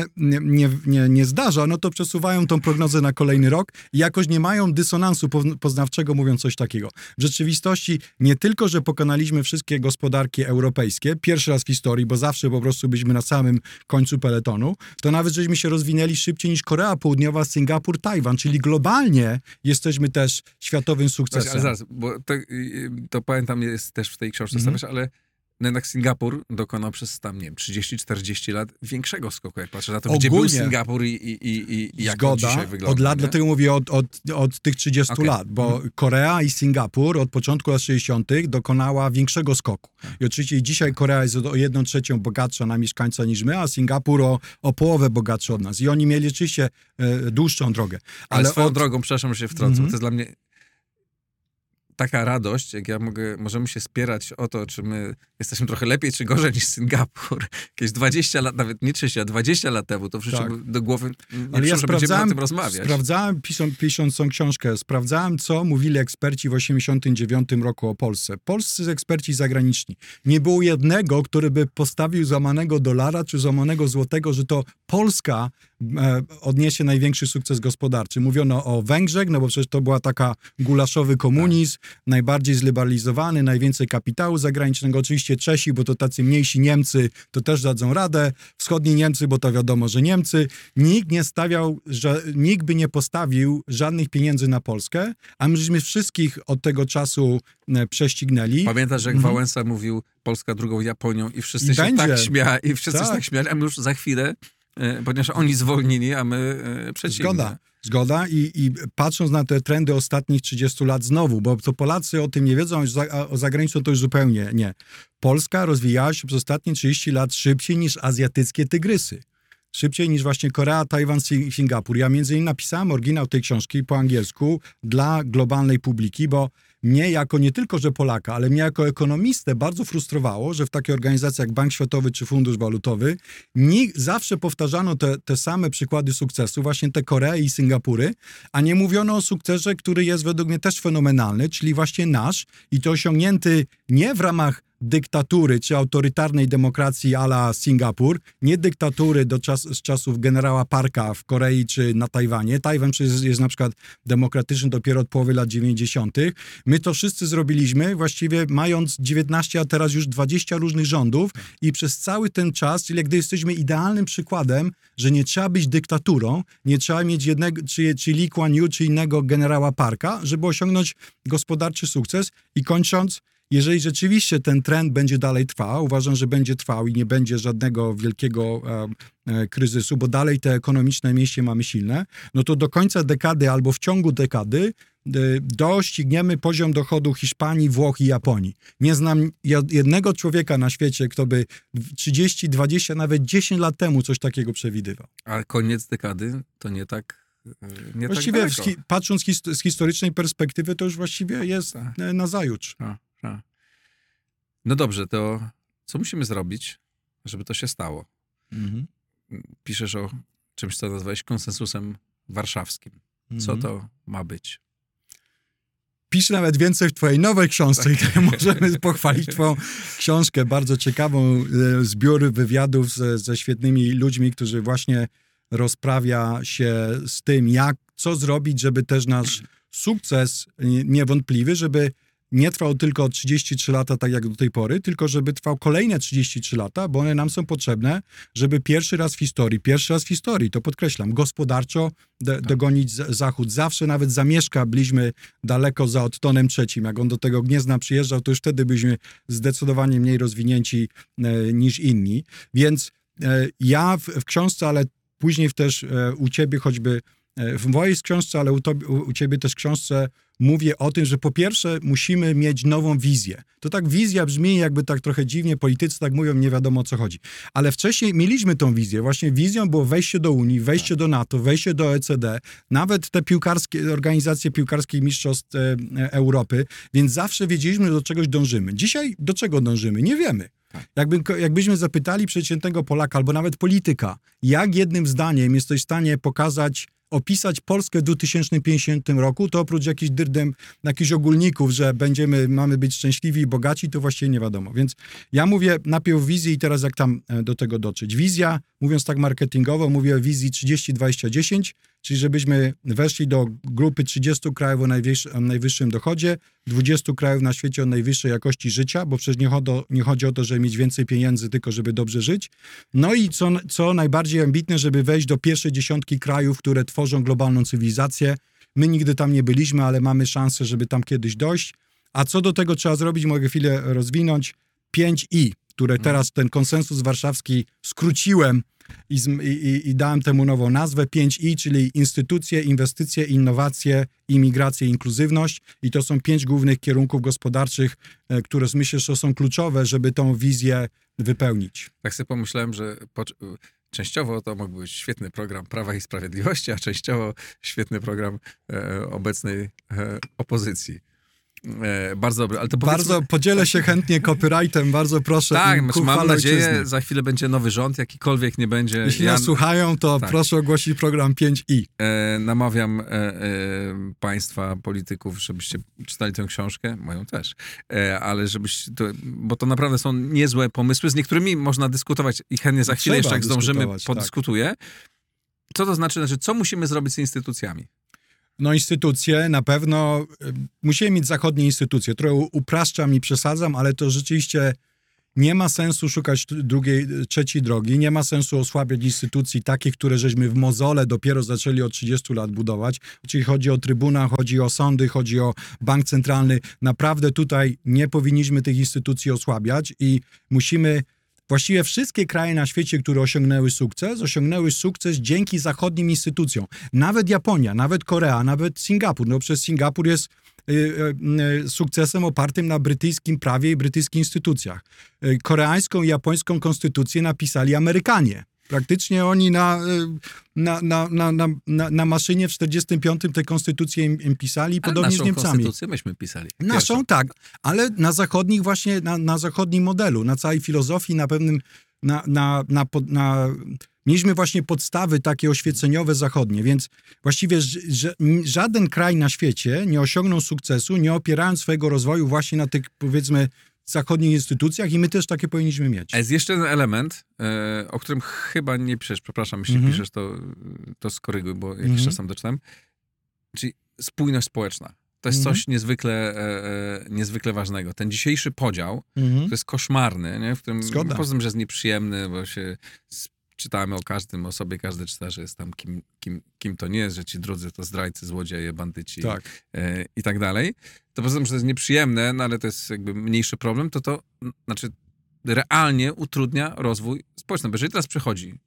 nie zdarza, no to przesuwają tą prognozę na kolejny rok i jakoś nie mają dysonansu poznawczego, mówiąc coś takiego. W rzeczywistości nie tylko, że pokonaliśmy wszystkie gospodarki europejskie, pierwszy raz w historii, bo zawsze po prostu byliśmy na samym końcu peletonu, to nawet żeśmy się rozwinęli szybciej niż Korea Południowa, Singapur, Tajwan, czyli globalnie jesteśmy też światowym sukcesem. Ale zaraz, bo to pamiętam, jest też w tej książce stawiasz, ale jednak Singapur dokonał przez tam, nie wiem, 30-40 lat większego skoku, jak patrzę na to, gdzie był Singapur i jak on dzisiaj wygląda. Od lat, dlatego mówię od tych 30 lat, bo Korea i Singapur od początku lat 60. dokonała większego skoku. I oczywiście dzisiaj Korea jest o 1/3 bogatsza na mieszkańca niż my, a Singapur o połowę bogatszy od nas. I oni mieli oczywiście dłuższą drogę. Ale swoją drogą, przepraszam, że się wtrącę, to jest dla mnie taka radość, jak możemy się spierać o to, czy my jesteśmy trochę lepiej, czy gorzej niż Singapur. Jakieś 20 lat, nawet nie 30, a 20 lat temu, to w życiu do głowy nie przyszło, że będziemy o tym rozmawiać. Sprawdzałem, pisząc tą książkę, sprawdzałem, co mówili eksperci w 1989 roku o Polsce. Polscy eksperci zagraniczni. Nie było jednego, który by postawił złamanego dolara, czy złamanego złotego, że to Polska odniesie największy sukces gospodarczy. Mówiono o Węgrzech, no bo przecież to była taka gulaszowy komunizm, najbardziej zliberalizowany, najwięcej kapitału zagranicznego. Oczywiście Czesi, bo to tacy mniejsi Niemcy, to też dadzą radę. Wschodni Niemcy, bo to wiadomo, że Niemcy. Nikt by nie postawił żadnych pieniędzy na Polskę, a myśmy wszystkich od tego czasu prześcignęli. Pamiętasz, jak Wałęsa mówił Polska drugą Japonią i wszyscy się tak śmiali, a my już za chwilę, ponieważ oni zwolnili, a my przeciwnie. Zgoda i patrząc na te trendy ostatnich 30 lat znowu, bo to Polacy o tym nie wiedzą, a o zagraniczną to już zupełnie nie. Polska rozwijała się przez ostatnie 30 lat szybciej niż azjatyckie tygrysy. Szybciej niż właśnie Korea, Tajwan, Singapur. Ja między innymi napisałem oryginał tej książki po angielsku dla globalnej publiki, bo mnie jako nie tylko, że Polaka, ale mnie jako ekonomistę bardzo frustrowało, że w takiej organizacji jak Bank Światowy czy Fundusz Walutowy zawsze powtarzano te same przykłady sukcesu, właśnie te Korei i Singapury, a nie mówiono o sukcesie, który jest według mnie też fenomenalny, czyli właśnie nasz i to osiągnięty nie w ramach dyktatury czy autorytarnej demokracji a la Singapur, nie dyktatury z czasów generała Parka w Korei czy na Tajwanie. Tajwan przecież jest na przykład demokratyczny dopiero od połowy lat 90. My to wszyscy zrobiliśmy właściwie mając 19, a teraz już 20 różnych rządów i przez cały ten czas, czyli gdy jesteśmy idealnym przykładem, że nie trzeba być dyktaturą, nie trzeba mieć jednego, czy Lee Kuan Yew, czy innego generała Parka, żeby osiągnąć gospodarczy sukces i kończąc, jeżeli rzeczywiście ten trend będzie dalej trwał, uważam, że będzie trwał i nie będzie żadnego wielkiego kryzysu, bo dalej te ekonomiczne mięśnie mamy silne, no to do końca dekady albo w ciągu dekady dościgniemy poziom dochodu Hiszpanii, Włoch i Japonii. Nie znam jednego człowieka na świecie, kto by 30, 20, nawet 10 lat temu coś takiego przewidywał. A koniec dekady to nie tak. Właściwie patrząc z historycznej perspektywy, to już właściwie jest nazajutrz. No dobrze, to co musimy zrobić, żeby to się stało? Piszesz o czymś, co nazwałeś konsensusem warszawskim. Co to ma być? Piszę nawet więcej w twojej nowej książce i możemy pochwalić twoją książkę, bardzo ciekawą, zbiór wywiadów ze świetnymi ludźmi, którzy właśnie rozprawia się z tym, co zrobić, żeby też nasz sukces niewątpliwy, żeby nie trwał tylko 33 lata, tak jak do tej pory, tylko żeby trwał kolejne 33 lata, bo one nam są potrzebne, żeby pierwszy raz w historii, to podkreślam, gospodarczo dogonić Zachód. Zawsze nawet Zamieszka byliśmy daleko za Ottonem III. Jak on do tego Gniezna przyjeżdżał, to już wtedy byliśmy zdecydowanie mniej rozwinięci niż inni. Więc ja w książce, ale później też u ciebie choćby, w mojej książce, ale u ciebie też książce mówię o tym, że po pierwsze musimy mieć nową wizję. To tak wizja brzmi jakby tak trochę dziwnie, politycy tak mówią, nie wiadomo o co chodzi. Ale wcześniej mieliśmy tą wizję. Właśnie wizją było wejście do Unii, wejście do NATO, wejście do OECD, nawet te organizacje piłkarskich mistrzostw Europy, więc zawsze wiedzieliśmy, że do czegoś dążymy. Dzisiaj do czego dążymy? Nie wiemy. Jakbyśmy zapytali przeciętnego Polaka albo nawet polityka, jak jednym zdaniem jesteś w stanie opisać Polskę w 2050 roku, to oprócz jakichś ogólników, że mamy być szczęśliwi i bogaci, to właściwie nie wiadomo. Więc ja mówię najpierw o wizji i teraz jak tam do tego dotrzeć. Wizja, mówiąc tak marketingowo, mówię o wizji 30-20-10, czyli żebyśmy weszli do grupy 30 krajów o najwyższym dochodzie, 20 krajów na świecie o najwyższej jakości życia, bo przecież nie chodzi o to, żeby mieć więcej pieniędzy, tylko żeby dobrze żyć. No i co najbardziej ambitne, żeby wejść do pierwszej 10 krajów, które tworzą globalną cywilizację. My nigdy tam nie byliśmy, ale mamy szansę, żeby tam kiedyś dojść. A co do tego trzeba zrobić, mogę chwilę rozwinąć. 5I, które teraz ten konsensus warszawski skróciłem i dałem temu nową nazwę. 5I, czyli instytucje, inwestycje, innowacje, imigrację i inkluzywność. I to są 5 głównych kierunków gospodarczych, które myślę, że są kluczowe, żeby tą wizję wypełnić. Tak sobie pomyślałem, że częściowo to mógł być świetny program Prawa i Sprawiedliwości, a częściowo świetny program obecnej opozycji. Bardzo dobry, ale to Bardzo podzielę się chętnie copyrightem, bardzo proszę. Tak, mam nadzieję, ojczyzny. za chwilę będzie nowy rząd, jakikolwiek nie będzie. Jeśli nas słuchają, to proszę ogłosić program 5i. Namawiam państwa, polityków, żebyście czytali tę książkę, moją też, ale bo to naprawdę są niezłe pomysły, z niektórymi można dyskutować i chętnie za chwilę jeszcze, jak zdążymy, podyskutuję. Co to znaczy, co musimy zrobić z instytucjami? No instytucje na pewno, musimy mieć zachodnie instytucje. Trochę upraszczam i przesadzam, ale to rzeczywiście nie ma sensu szukać trzeciej drogi, nie ma sensu osłabiać instytucji takich, które żeśmy w mozole dopiero zaczęli od 30 lat budować. Czyli chodzi o Trybunał, chodzi o sądy, chodzi o Bank Centralny. Naprawdę tutaj nie powinniśmy tych instytucji osłabiać i musimy... Właściwie wszystkie kraje na świecie, które osiągnęły sukces dzięki zachodnim instytucjom. Nawet Japonia, nawet Korea, nawet Singapur. No przez Singapur jest sukcesem opartym na brytyjskim prawie i brytyjskich instytucjach. Koreańską i japońską konstytucję napisali Amerykanie. Praktycznie oni na maszynie w 45 tę konstytucję im pisali, podobnie z Niemcami. Konstytucję myśmy pisali. Naszą, tak, ale na zachodnich właśnie, na zachodnim modelu, na całej filozofii, na pewnym, mieliśmy właśnie podstawy takie oświeceniowe zachodnie, więc właściwie żaden kraj na świecie nie osiągnął sukcesu, nie opierając swojego rozwoju właśnie na tych, powiedzmy, zachodnich instytucjach i my też takie powinniśmy mieć. A jest jeszcze jeden element, o którym chyba nie piszesz, przepraszam, jeśli piszesz, to skoryguj, bo jakiś czas tam doczytałem. Czyli spójność społeczna. To jest coś niezwykle ważnego. Ten dzisiejszy podział, to jest koszmarny, nie? W którym, poza tym, że jest nieprzyjemny, bo się czytamy o sobie, każdy czyta, że jest tam kim to nie jest, że ci drudzy to zdrajcy, złodzieje, bandyci i tak dalej. To poza tym, że to jest nieprzyjemne, no ale to jest jakby mniejszy problem, to znaczy realnie utrudnia rozwój społeczny. Bo jeżeli teraz przychodzi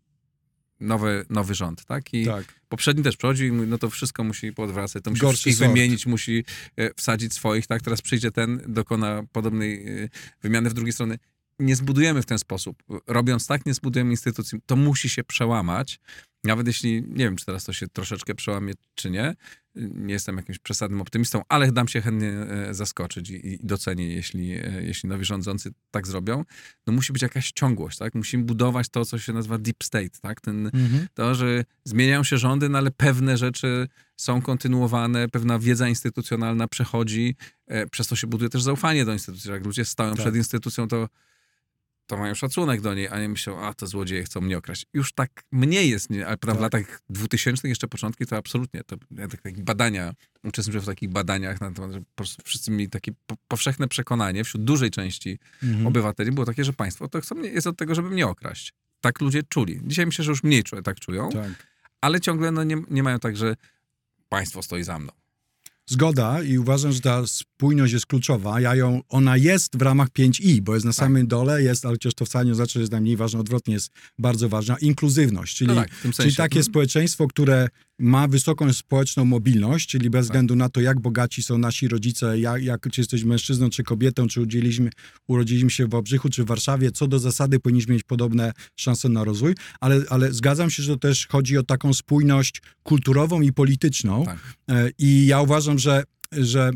nowy rząd, tak? I poprzedni też przychodzi i mówi, no to wszystko musi podwracać, to musi wszystkich wymienić, musi wsadzić swoich, tak? Teraz przyjdzie ten, dokona podobnej wymiany w drugiej stronie. Nie zbudujemy w ten sposób. Robiąc tak, nie zbudujemy instytucji. To musi się przełamać. Nawet jeśli, nie wiem, czy teraz to się troszeczkę przełamie, czy nie. Nie jestem jakimś przesadnym optymistą, ale dam się chętnie zaskoczyć i docenię, jeśli nowi rządzący tak zrobią. No musi być jakaś ciągłość, tak? Musimy budować to, co się nazywa deep state, tak? To, że zmieniają się rządy, no ale pewne rzeczy są kontynuowane, pewna wiedza instytucjonalna przechodzi, przez to się buduje też zaufanie do instytucji. Jak ludzie stoją przed instytucją, to mają szacunek do niej, a nie myślą, a to złodzieje chcą mnie okraść. Już tak mniej jest, ale w latach 2000 jeszcze początki to absolutnie. Takie badania, uczestniczę w takich badaniach na temat, że po prostu wszyscy mieli takie powszechne przekonanie wśród dużej części obywateli było takie, że państwo to jest od tego, żeby mnie okraść. Tak ludzie czuli. Dzisiaj myślę, że już mniej tak czują, ale ciągle nie mają tak, że państwo stoi za mną. Zgoda i uważam, że ta spójność jest kluczowa. Ona jest w ramach 5i, bo jest na samym dole, ale chociaż to wcale nie znaczy, że jest najmniej ważna, odwrotnie jest bardzo ważna. Inkluzywność, czyli takie społeczeństwo, które ma wysoką społeczną mobilność, czyli bez względu na to, jak bogaci są nasi rodzice, czy jesteś mężczyzną, czy kobietą, czy urodziliśmy się w Wałbrzychu, czy w Warszawie, co do zasady powinniśmy mieć podobne szanse na rozwój, ale zgadzam się, że to też chodzi o taką spójność kulturową i polityczną. I ja uważam, że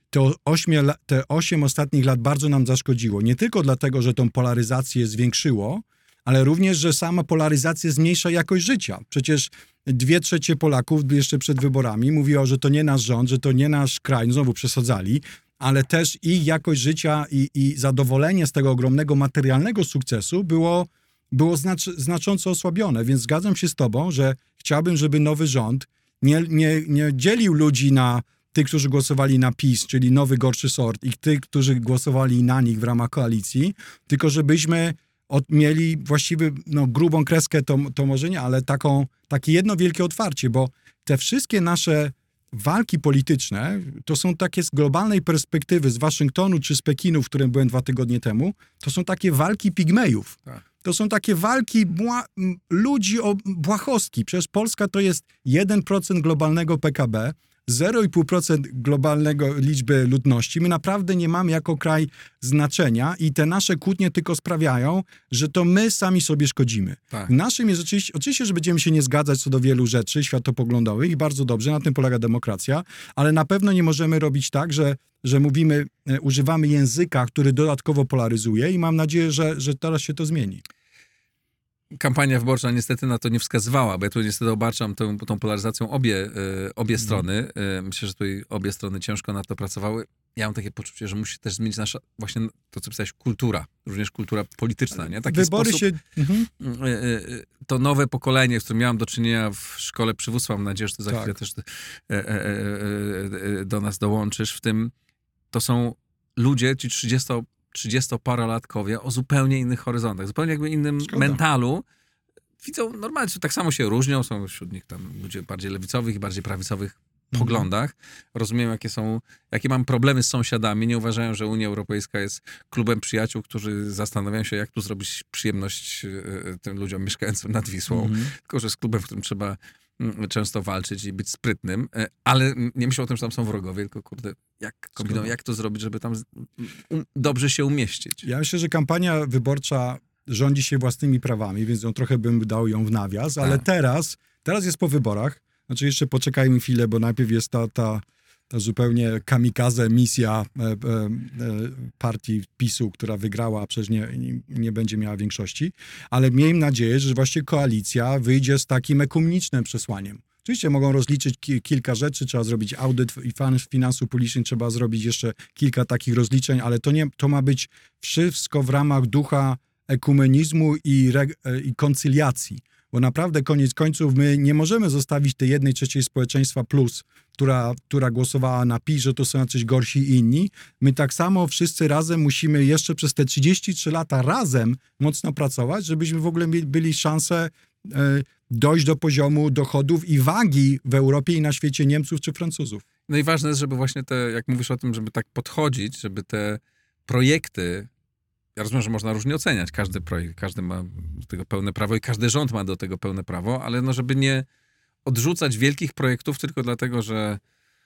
te 8 ostatnich lat bardzo nam zaszkodziło. Nie tylko dlatego, że tą polaryzację zwiększyło, ale również, że sama polaryzacja zmniejsza jakość życia. Przecież 2/3 Polaków jeszcze przed wyborami mówiło, że to nie nasz rząd, że to nie nasz kraj, znowu przesadzali, ale też ich jakość życia i zadowolenie z tego ogromnego materialnego sukcesu było znacząco osłabione. Więc zgadzam się z tobą, że chciałbym, żeby nowy rząd nie dzielił ludzi na tych, którzy głosowali na PiS, czyli nowy, gorszy sort, i tych, którzy głosowali na nich w ramach koalicji, tylko żebyśmy mieli właściwie, grubą kreskę to może nie, ale takie jedno wielkie otwarcie, bo te wszystkie nasze walki polityczne, to są takie z globalnej perspektywy, z Waszyngtonu czy z Pekinu, w którym byłem 2 tygodnie temu, to są takie walki pigmejów. To są takie walki ludzi o błahostki. Przecież Polska to jest 1% globalnego PKB, 0,5% globalnego liczby ludności. My naprawdę nie mamy jako kraj znaczenia i te nasze kłótnie tylko sprawiają, że to my sami sobie szkodzimy. Tak. Naszym jest oczywiście, że będziemy się nie zgadzać co do wielu rzeczy światopoglądowych i bardzo dobrze, na tym polega demokracja, ale na pewno nie możemy robić tak, że mówimy, używamy języka, który dodatkowo polaryzuje i mam nadzieję, że teraz się to zmieni. Kampania wyborcza niestety na to nie wskazywała, bo ja tu niestety obarczam tą polaryzacją obie strony. Myślę, że tutaj obie strony ciężko na to pracowały. Ja mam takie poczucie, że musi też zmienić nasza, właśnie to, co pisałeś, kultura. Również kultura polityczna, nie? Taki Wybory sposób, się... to nowe pokolenie, z którym miałem do czynienia w szkole przywództwa, mam nadzieję, że ty za Tak. chwilę też do nas dołączysz, w tym to są ludzie, ci 30-parolatkowie o zupełnie innych horyzontach, zupełnie jakby innym mentalu. Widzą normalnie, tak samo się różnią, są wśród nich tam ludzie bardziej lewicowych i bardziej prawicowych poglądach. Rozumiem, jakie mam problemy z sąsiadami. Nie uważają, że Unia Europejska jest klubem przyjaciół, którzy zastanawiają się, jak tu zrobić przyjemność tym ludziom mieszkającym nad Wisłą. Tylko, że jest klubem, w którym trzeba często walczyć i być sprytnym, ale nie myślę o tym, że tam są wrogowie, tylko kurde, jak to zrobić, żeby tam dobrze się umieścić. Ja myślę, że kampania wyborcza rządzi się własnymi prawami, więc trochę bym dał ją w nawias, ale teraz jest po wyborach. Znaczy jeszcze poczekajmy chwilę, bo najpierw jest ta zupełnie kamikaze misja partii PiS-u, która wygrała, a przecież nie będzie miała większości. Ale miejmy nadzieję, że właśnie koalicja wyjdzie z takim ekumenicznym przesłaniem. Oczywiście mogą rozliczyć kilka rzeczy, trzeba zrobić audyt finansów publicznych, trzeba zrobić jeszcze kilka takich rozliczeń, ale to ma być wszystko w ramach ducha ekumenizmu i koncyliacji. Bo naprawdę koniec końców my nie możemy zostawić tej 1/3 społeczeństwa plus, która głosowała na PiS, że to są jacyś gorsi inni. My tak samo wszyscy razem musimy jeszcze przez te 33 lata razem mocno pracować, żebyśmy w ogóle byli szansę dojść do poziomu dochodów i wagi w Europie i na świecie Niemców czy Francuzów. No i ważne jest, żeby właśnie jak mówisz o tym, żeby tak podchodzić, żeby te projekty, ja rozumiem, że można różnie oceniać każdy projekt, każdy ma do tego pełne prawo i każdy rząd ma do tego pełne prawo, ale no żeby nie odrzucać wielkich projektów tylko dlatego, że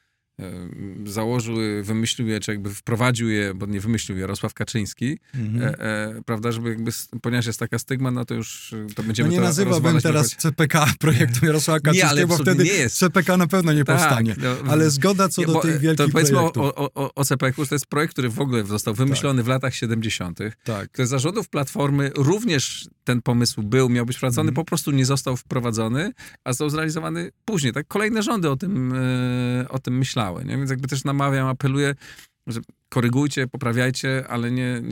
założył, wymyślił je, czy jakby wprowadził je, bo nie wymyślił Jarosław Kaczyński, prawda, żeby jakby, ponieważ jest taka stygma, no to już to będziemy nie nazywałbym teraz CPK projektu Jarosława Kaczyńskiego, bo wtedy nie jest. CPK na pewno nie powstanie. Ale zgoda co do tych wielkich to powiedzmy projektów. O CPK-u, to jest projekt, który w ogóle został wymyślony w latach 70. Który za rządów Platformy również ten pomysł miał być wprowadzony, po prostu nie został wprowadzony, a został zrealizowany później. Tak? Kolejne rządy o tym myślały. Nie? Więc jakby też namawiam, apeluję, że korygujcie, poprawiajcie, ale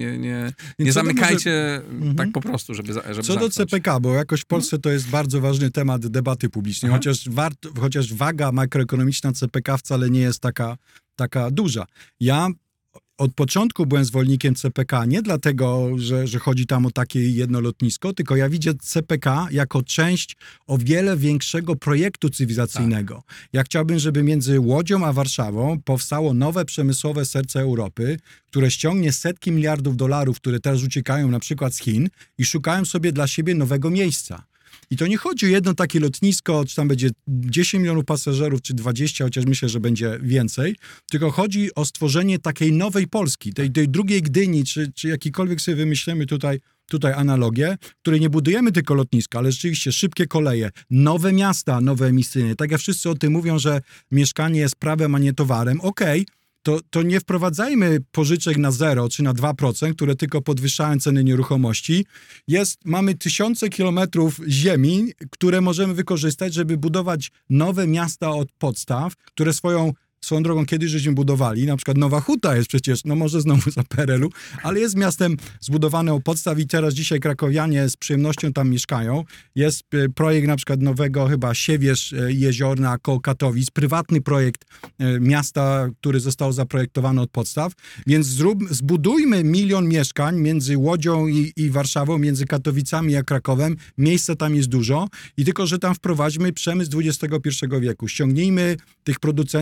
nie zamykajcie tak po prostu, żeby Co do CPK, bo jakoś w Polsce to jest bardzo ważny temat debaty publicznej, chociaż waga makroekonomiczna CPK wcale nie jest taka duża. Ja od początku byłem zwolennikiem CPK, nie dlatego, że chodzi tam o takie jedno lotnisko, tylko ja widzę CPK jako część o wiele większego projektu cywilizacyjnego. Ja chciałbym, żeby między Łodzią a Warszawą powstało nowe przemysłowe serce Europy, które ściągnie setki miliardów dolarów, które teraz uciekają na przykład z Chin i szukają sobie dla siebie nowego miejsca. I to nie chodzi o jedno takie lotnisko, czy tam będzie 10 milionów pasażerów, czy 20, chociaż myślę, że będzie więcej, tylko chodzi o stworzenie takiej nowej Polski, tej drugiej Gdyni, czy jakikolwiek sobie wymyślimy tutaj analogię, w której nie budujemy tylko lotniska, ale rzeczywiście szybkie koleje, nowe miasta, nowe emisyjne. Tak jak wszyscy o tym mówią, że mieszkanie jest prawem, a nie towarem. Okej. To nie wprowadzajmy pożyczek na 0 czy na 2%, które tylko podwyższają ceny nieruchomości. Mamy tysiące kilometrów ziemi, które możemy wykorzystać, żeby budować nowe miasta od podstaw, które swoją drogą kiedyś żeśmy budowali, na przykład Nowa Huta jest przecież, no może znowu za PRL-u, ale jest miastem zbudowane od podstaw i teraz dzisiaj krakowianie z przyjemnością tam mieszkają. Jest projekt na przykład nowego chyba Siewierz Jeziorna koło Katowic, prywatny projekt miasta, który został zaprojektowany od podstaw, więc zbudujmy 1 milion mieszkań między Łodzią i Warszawą, między Katowicami a Krakowem. Miejsca tam jest dużo i tylko, że tam wprowadźmy przemysł XXI wieku. Ściągnijmy tych producentów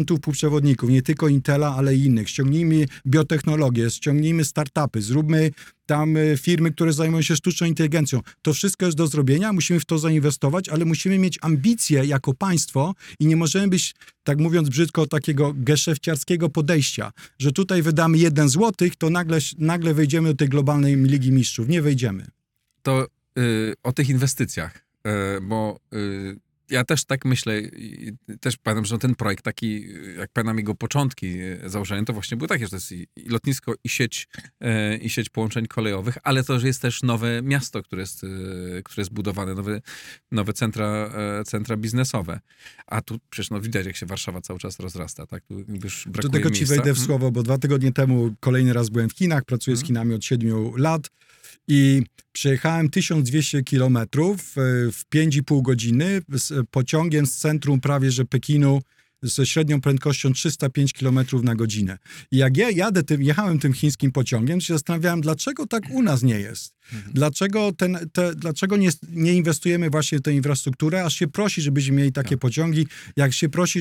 przewodników, nie tylko Intela, ale i innych. Ściągnijmy biotechnologię, ściągnijmy startupy, zróbmy tam firmy, które zajmują się sztuczną inteligencją. To wszystko jest do zrobienia, musimy w to zainwestować, ale musimy mieć ambicje jako państwo i nie możemy być, tak mówiąc brzydko, takiego geszefciarskiego podejścia, że tutaj wydamy 1 złotych, to nagle wejdziemy do tej globalnej Ligi Mistrzów. Nie wejdziemy. To o tych inwestycjach, bo ja też tak myślę i też pamiętam, że ten projekt taki, jak pamiętam jego początki założenia, to właśnie było takie, że to jest i lotnisko, i sieć połączeń kolejowych, ale to jest też nowe miasto, które jest budowane, nowe centra biznesowe. A tu przecież widać, jak się Warszawa cały czas rozrasta, tak? Tu już brakuje Do tego ci miejsca. wejdę w słowo, bo 2 tygodnie temu kolejny raz byłem w Chinach, pracuję z Chinami od 7 lat i przejechałem 1200 kilometrów w 5,5 godziny z pociągiem z centrum prawie że Pekinu ze średnią prędkością 305 km na godzinę. I jak ja jechałem tym chińskim pociągiem, to się zastanawiałem, dlaczego tak u nas nie jest. Dlaczego nie inwestujemy właśnie w tę infrastrukturę, aż się prosi, żebyśmy mieli takie pociągi, jak się prosi,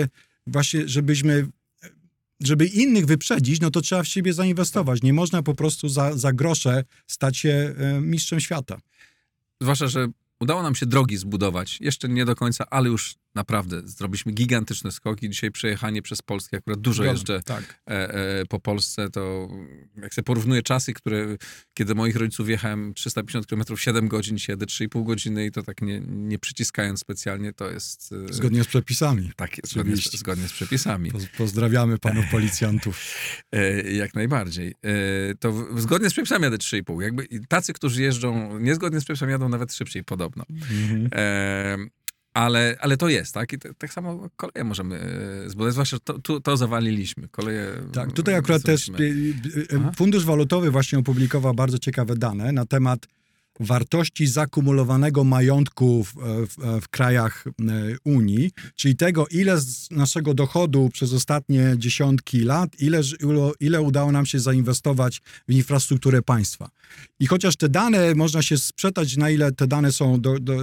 żeby innych wyprzedzić, no to trzeba w siebie zainwestować. Nie można po prostu za grosze stać się mistrzem świata. Zwłaszcza, że udało nam się drogi zbudować. Jeszcze nie do końca, ale już naprawdę zrobiliśmy gigantyczne skoki. Dzisiaj przejechanie przez Polskę, akurat dużo jeżdżę po Polsce, to jak sobie porównuję czasy, kiedy moich rodziców jechałem 350 km 7 godzin, dzisiaj jadę 3,5 godziny i to tak nie przyciskając specjalnie, to jest... Zgodnie z przepisami. Tak, zgodnie z przepisami. Pozdrawiamy panów policjantów. Jak najbardziej. To zgodnie z przepisami jadę 3,5. Jakby tacy, którzy jeżdżą niezgodnie z przepisami, jadą nawet szybciej podobno. Ale to jest, tak? I tak samo koleje możemy zbudować, zwłaszcza to zawaliliśmy. Koleje tak, tutaj akurat też Fundusz Walutowy właśnie opublikował bardzo ciekawe dane na temat wartości zakumulowanego majątku w krajach Unii, czyli tego, ile z naszego dochodu przez ostatnie dziesiątki lat, ile udało nam się zainwestować w infrastrukturę państwa. I chociaż te dane, można się sprzeczać, na ile te dane są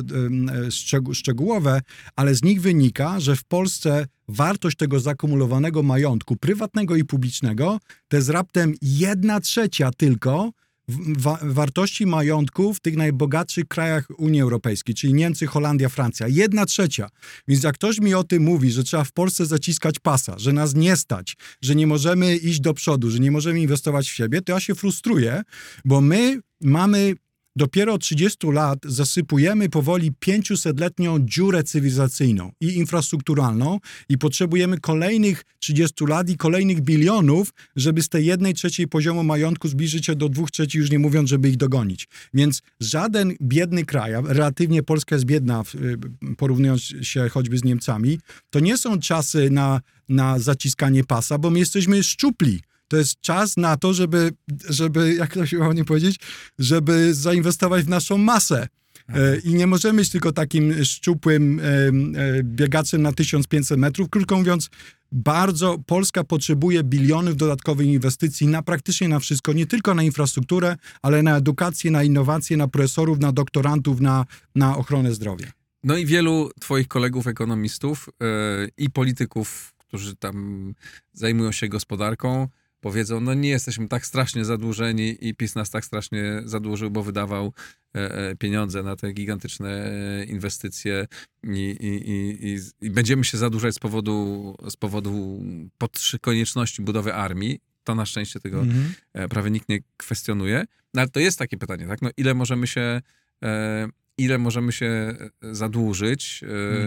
szczegółowe, ale z nich wynika, że w Polsce wartość tego zakumulowanego majątku prywatnego i publicznego to jest raptem 1/3 tylko wartości majątku w tych najbogatszych krajach Unii Europejskiej, czyli Niemcy, Holandia, Francja. 1/3. Więc jak ktoś mi o tym mówi, że trzeba w Polsce zaciskać pasa, że nas nie stać, że nie możemy iść do przodu, że nie możemy inwestować w siebie, to ja się frustruję, bo my mamy dopiero od 30 lat zasypujemy powoli 500-letnią dziurę cywilizacyjną i infrastrukturalną i potrzebujemy kolejnych 30 lat i kolejnych bilionów, żeby z tej 1/3 poziomu majątku zbliżyć się do 2/3, już nie mówiąc, żeby ich dogonić. Więc żaden biedny kraj, a relatywnie Polska jest biedna, porównując się choćby z Niemcami, to nie są czasy na zaciskanie pasa, bo my jesteśmy szczupli. To jest czas na to, żeby jak to się ładnie powiedzieć, żeby zainwestować w naszą masę. I nie możemy być tylko takim szczupłym biegaczem na 1500 metrów. Krótko mówiąc, Polska potrzebuje bilionów dodatkowych inwestycji praktycznie na wszystko, nie tylko na infrastrukturę, ale na edukację, na innowacje, na profesorów, na doktorantów, na ochronę zdrowia. No i wielu twoich kolegów ekonomistów i polityków, którzy tam zajmują się gospodarką, powiedzą, no nie jesteśmy tak strasznie zadłużeni i PiS nas tak strasznie zadłużył, bo wydawał pieniądze na te gigantyczne inwestycje i będziemy się zadłużać z powodu konieczności budowy armii. To na szczęście tego prawie nikt nie kwestionuje. No ale to jest takie pytanie, tak? No ile możemy się zadłużyć?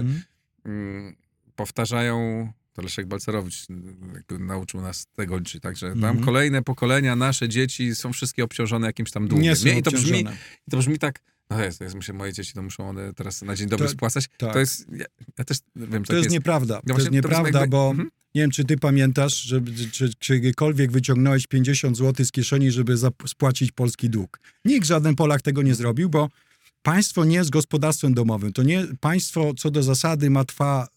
Powtarzają... To Leszek Balcerowicz jakby nauczył nas tego liczyć, także tam kolejne pokolenia, nasze dzieci są wszystkie obciążone jakimś tam długiem. Nie są I to brzmi tak, no jest, myślę, moje dzieci to muszą one teraz na dzień dobry spłacać. Tak. To jest, ja też wiem, to jest nieprawda. No to jest nieprawda, bo nie wiem, czy ty pamiętasz, czy kiedykolwiek wyciągnąłeś 50 zł z kieszeni, żeby spłacić polski dług. Nikt, żaden Polak tego nie zrobił, bo państwo nie jest gospodarstwem domowym. To nie państwo co do zasady ma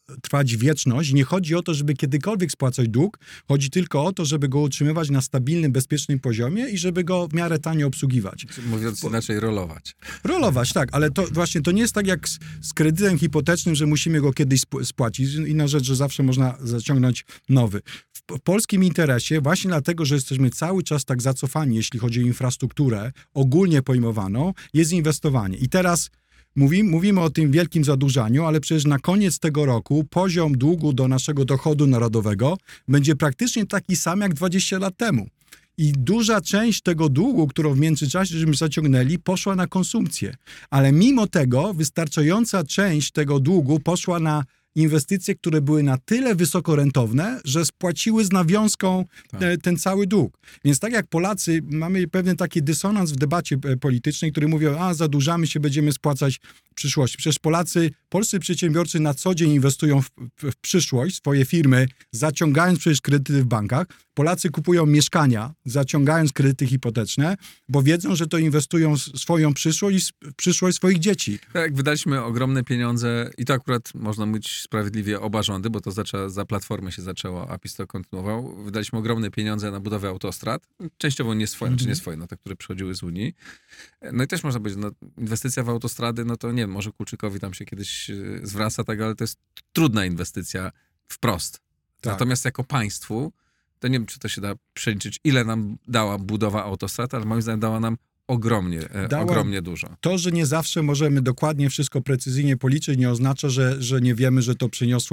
trwać wieczność. Nie chodzi o to, żeby kiedykolwiek spłacać dług. Chodzi tylko o to, żeby go utrzymywać na stabilnym, bezpiecznym poziomie i żeby go w miarę tanio obsługiwać. Mówiąc inaczej, rolować. Rolować, tak, ale to właśnie to nie jest tak jak z kredytem hipotecznym, że musimy go kiedyś spłacić. Inna rzecz, że zawsze można zaciągnąć nowy. W polskim interesie, właśnie dlatego, że jesteśmy cały czas tak zacofani, jeśli chodzi o infrastrukturę ogólnie pojmowaną, jest inwestowanie. I teraz mówimy o tym wielkim zadłużaniu, ale przecież na koniec tego roku poziom długu do naszego dochodu narodowego będzie praktycznie taki sam jak 20 lat temu. I duża część tego długu, którą w międzyczasie żeśmy zaciągnęli, poszła na konsumpcję. Ale mimo tego wystarczająca część tego długu poszła na inwestycje, które były na tyle wysokorentowne, że spłaciły z nawiązką ten cały dług. Więc tak jak Polacy, mamy pewien taki dysonans w debacie politycznej, który mówi, zadłużamy się, będziemy spłacać w przyszłości. Przecież polscy przedsiębiorcy na co dzień inwestują w przyszłość, swoje firmy, zaciągając przecież kredyty w bankach. Polacy kupują mieszkania, zaciągając kredyty hipoteczne, bo wiedzą, że to inwestują w swoją przyszłość i przyszłość swoich dzieci. Tak, wydaliśmy ogromne pieniądze i to akurat można mówić sprawiedliwie oba rządy, bo to za Platformy się zaczęło, a PiS to kontynuował. Wydaliśmy ogromne pieniądze na budowę autostrad, częściowo nie swoje, czy nie swoje, te, które przychodziły z Unii. No i też można powiedzieć, inwestycja w autostrady, to nie wiem, może Kulczykowi tam się kiedyś zwraca, tak, ale to jest trudna inwestycja wprost. Tak. Natomiast jako państwu, to nie wiem, czy to się da przeliczyć, ile nam dała budowa autostrad, ale moim zdaniem dała nam ogromnie dużo. To, że nie zawsze możemy dokładnie wszystko precyzyjnie policzyć, nie oznacza, że nie wiemy, że to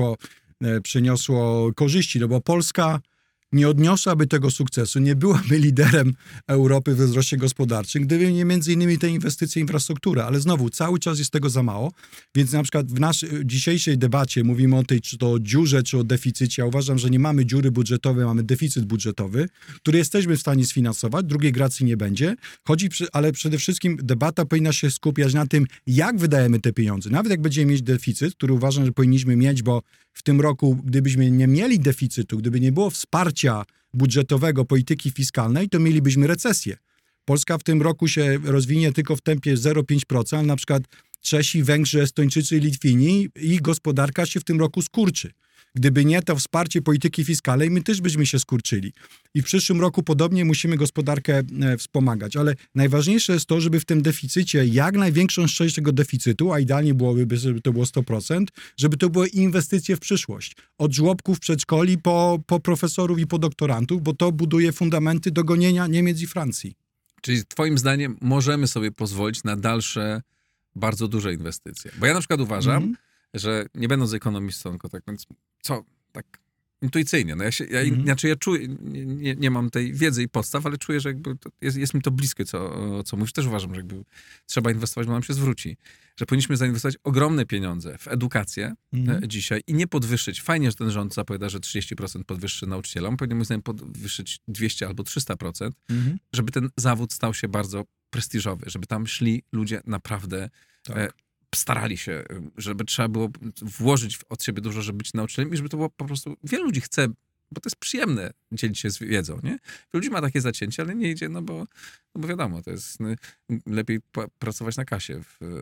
przyniosło korzyści, bo Polska nie odniosłaby tego sukcesu, nie byłaby liderem Europy we wzroście gospodarczym, gdyby nie między innymi te inwestycje w infrastrukturę, ale znowu cały czas jest tego za mało, więc na przykład w naszej dzisiejszej debacie mówimy o tej, czy to o dziurze, czy o deficycie. Ja uważam, że nie mamy dziury budżetowej, mamy deficyt budżetowy, który jesteśmy w stanie sfinansować, drugiej gracji nie będzie, ale przede wszystkim debata powinna się skupiać na tym, jak wydajemy te pieniądze. Nawet jak będziemy mieć deficyt, który uważam, że powinniśmy mieć, bo w tym roku, gdybyśmy nie mieli deficytu, gdyby nie było wsparcia budżetowego, polityki fiskalnej, to mielibyśmy recesję. Polska w tym roku się rozwinie tylko w tempie 0,5%, ale na przykład Czesi, Węgrzy, Estończycy i Litwini, ich gospodarka się w tym roku skurczy. Gdyby nie to wsparcie polityki fiskalnej, my też byśmy się skurczyli. I w przyszłym roku podobnie musimy gospodarkę wspomagać. Ale najważniejsze jest to, żeby w tym deficycie, jak największą część tego deficytu, a idealnie byłoby, żeby to było 100%, żeby to były inwestycje w przyszłość. Od żłobków, przedszkoli, po profesorów i po doktorantów, bo to buduje fundamenty do gonienia Niemiec i Francji. Czyli twoim zdaniem możemy sobie pozwolić na dalsze, bardzo duże inwestycje. Bo ja na przykład uważam, że nie będąc ekonomistą, tylko tak, więc tak intuicyjnie. Inaczej ja czuję, nie mam tej wiedzy i podstaw, ale czuję, że jakby jest mi to bliskie, co mówisz. Też uważam, że jakby trzeba inwestować, bo nam się zwróci. Że powinniśmy zainwestować ogromne pieniądze w edukację dzisiaj i nie podwyższyć. Fajnie, że ten rząd zapowiada, że 30% podwyższy nauczycielom. Powinien moim zdaniem podwyższyć 200 albo 300%, żeby ten zawód stał się bardzo prestiżowy, żeby tam szli ludzie naprawdę... starali się, żeby trzeba było włożyć od siebie dużo, żeby być nauczycielem i żeby to było po prostu... Wielu ludzi chce, bo to jest przyjemne dzielić się z wiedzą, nie? Wielu ludzi ma takie zacięcie, ale nie idzie, bo wiadomo, to jest lepiej pracować na kasie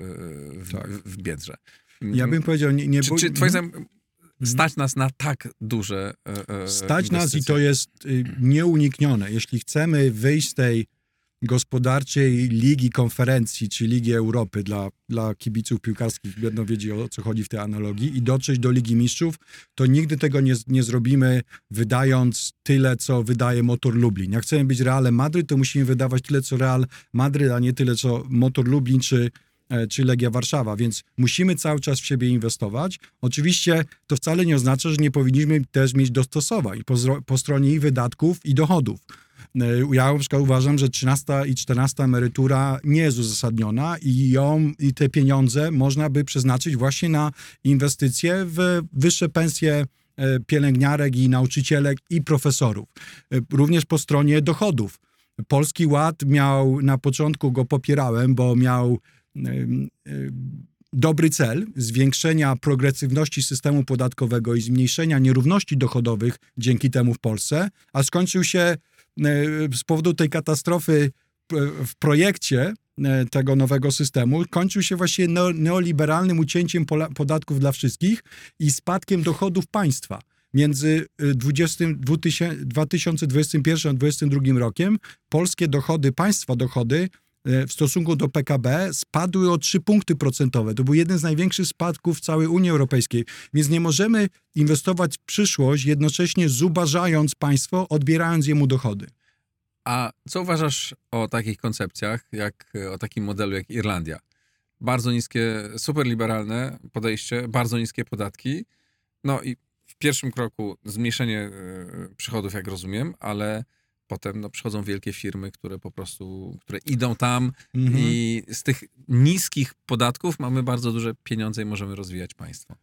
w Biedrze. Ja bym powiedział... Czy twoim zdaniem stać nas na tak duże Stać inwestycje? nas i to jest nieuniknione. Jeśli chcemy wyjść z tej gospodarczej ligi konferencji, czy Ligi Europy dla kibiców piłkarskich, będą wiedzieć, o co chodzi w tej analogii, i dotrzeć do Ligi Mistrzów, to nigdy tego nie zrobimy, wydając tyle, co wydaje Motor Lublin. Jak chcemy być Realem Madryt, to musimy wydawać tyle, co Real Madryt, a nie tyle, co Motor Lublin, czy Legia Warszawa, więc musimy cały czas w siebie inwestować. Oczywiście to wcale nie oznacza, że nie powinniśmy też mieć dostosowań po stronie i wydatków, i dochodów. Ja na przykład uważam, że 13. i 14. emerytura nie jest uzasadniona i te pieniądze można by przeznaczyć właśnie na inwestycje w wyższe pensje pielęgniarek i nauczycielek i profesorów. Również po stronie dochodów. Polski Ład miał, na początku go popierałem, bo miał dobry cel zwiększenia progresywności systemu podatkowego i zmniejszenia nierówności dochodowych dzięki temu w Polsce, a skończył się z powodu tej katastrofy w projekcie tego nowego systemu kończył się właśnie neoliberalnym ucięciem podatków dla wszystkich i spadkiem dochodów państwa. Między 2021 a 2022 rokiem polskie dochody, państwa dochody w stosunku do PKB spadły o 3 punkty procentowe. To był jeden z największych spadków w całej Unii Europejskiej. Więc nie możemy inwestować w przyszłość, jednocześnie zubażając państwo, odbierając jemu dochody. A co uważasz o takich koncepcjach, o takim modelu jak Irlandia? Bardzo niskie, superliberalne podejście, bardzo niskie podatki. No i w pierwszym kroku zmniejszenie przychodów, jak rozumiem, ale potem przychodzą wielkie firmy, które idą tam i z tych niskich podatków mamy bardzo duże pieniądze i możemy rozwijać państwo.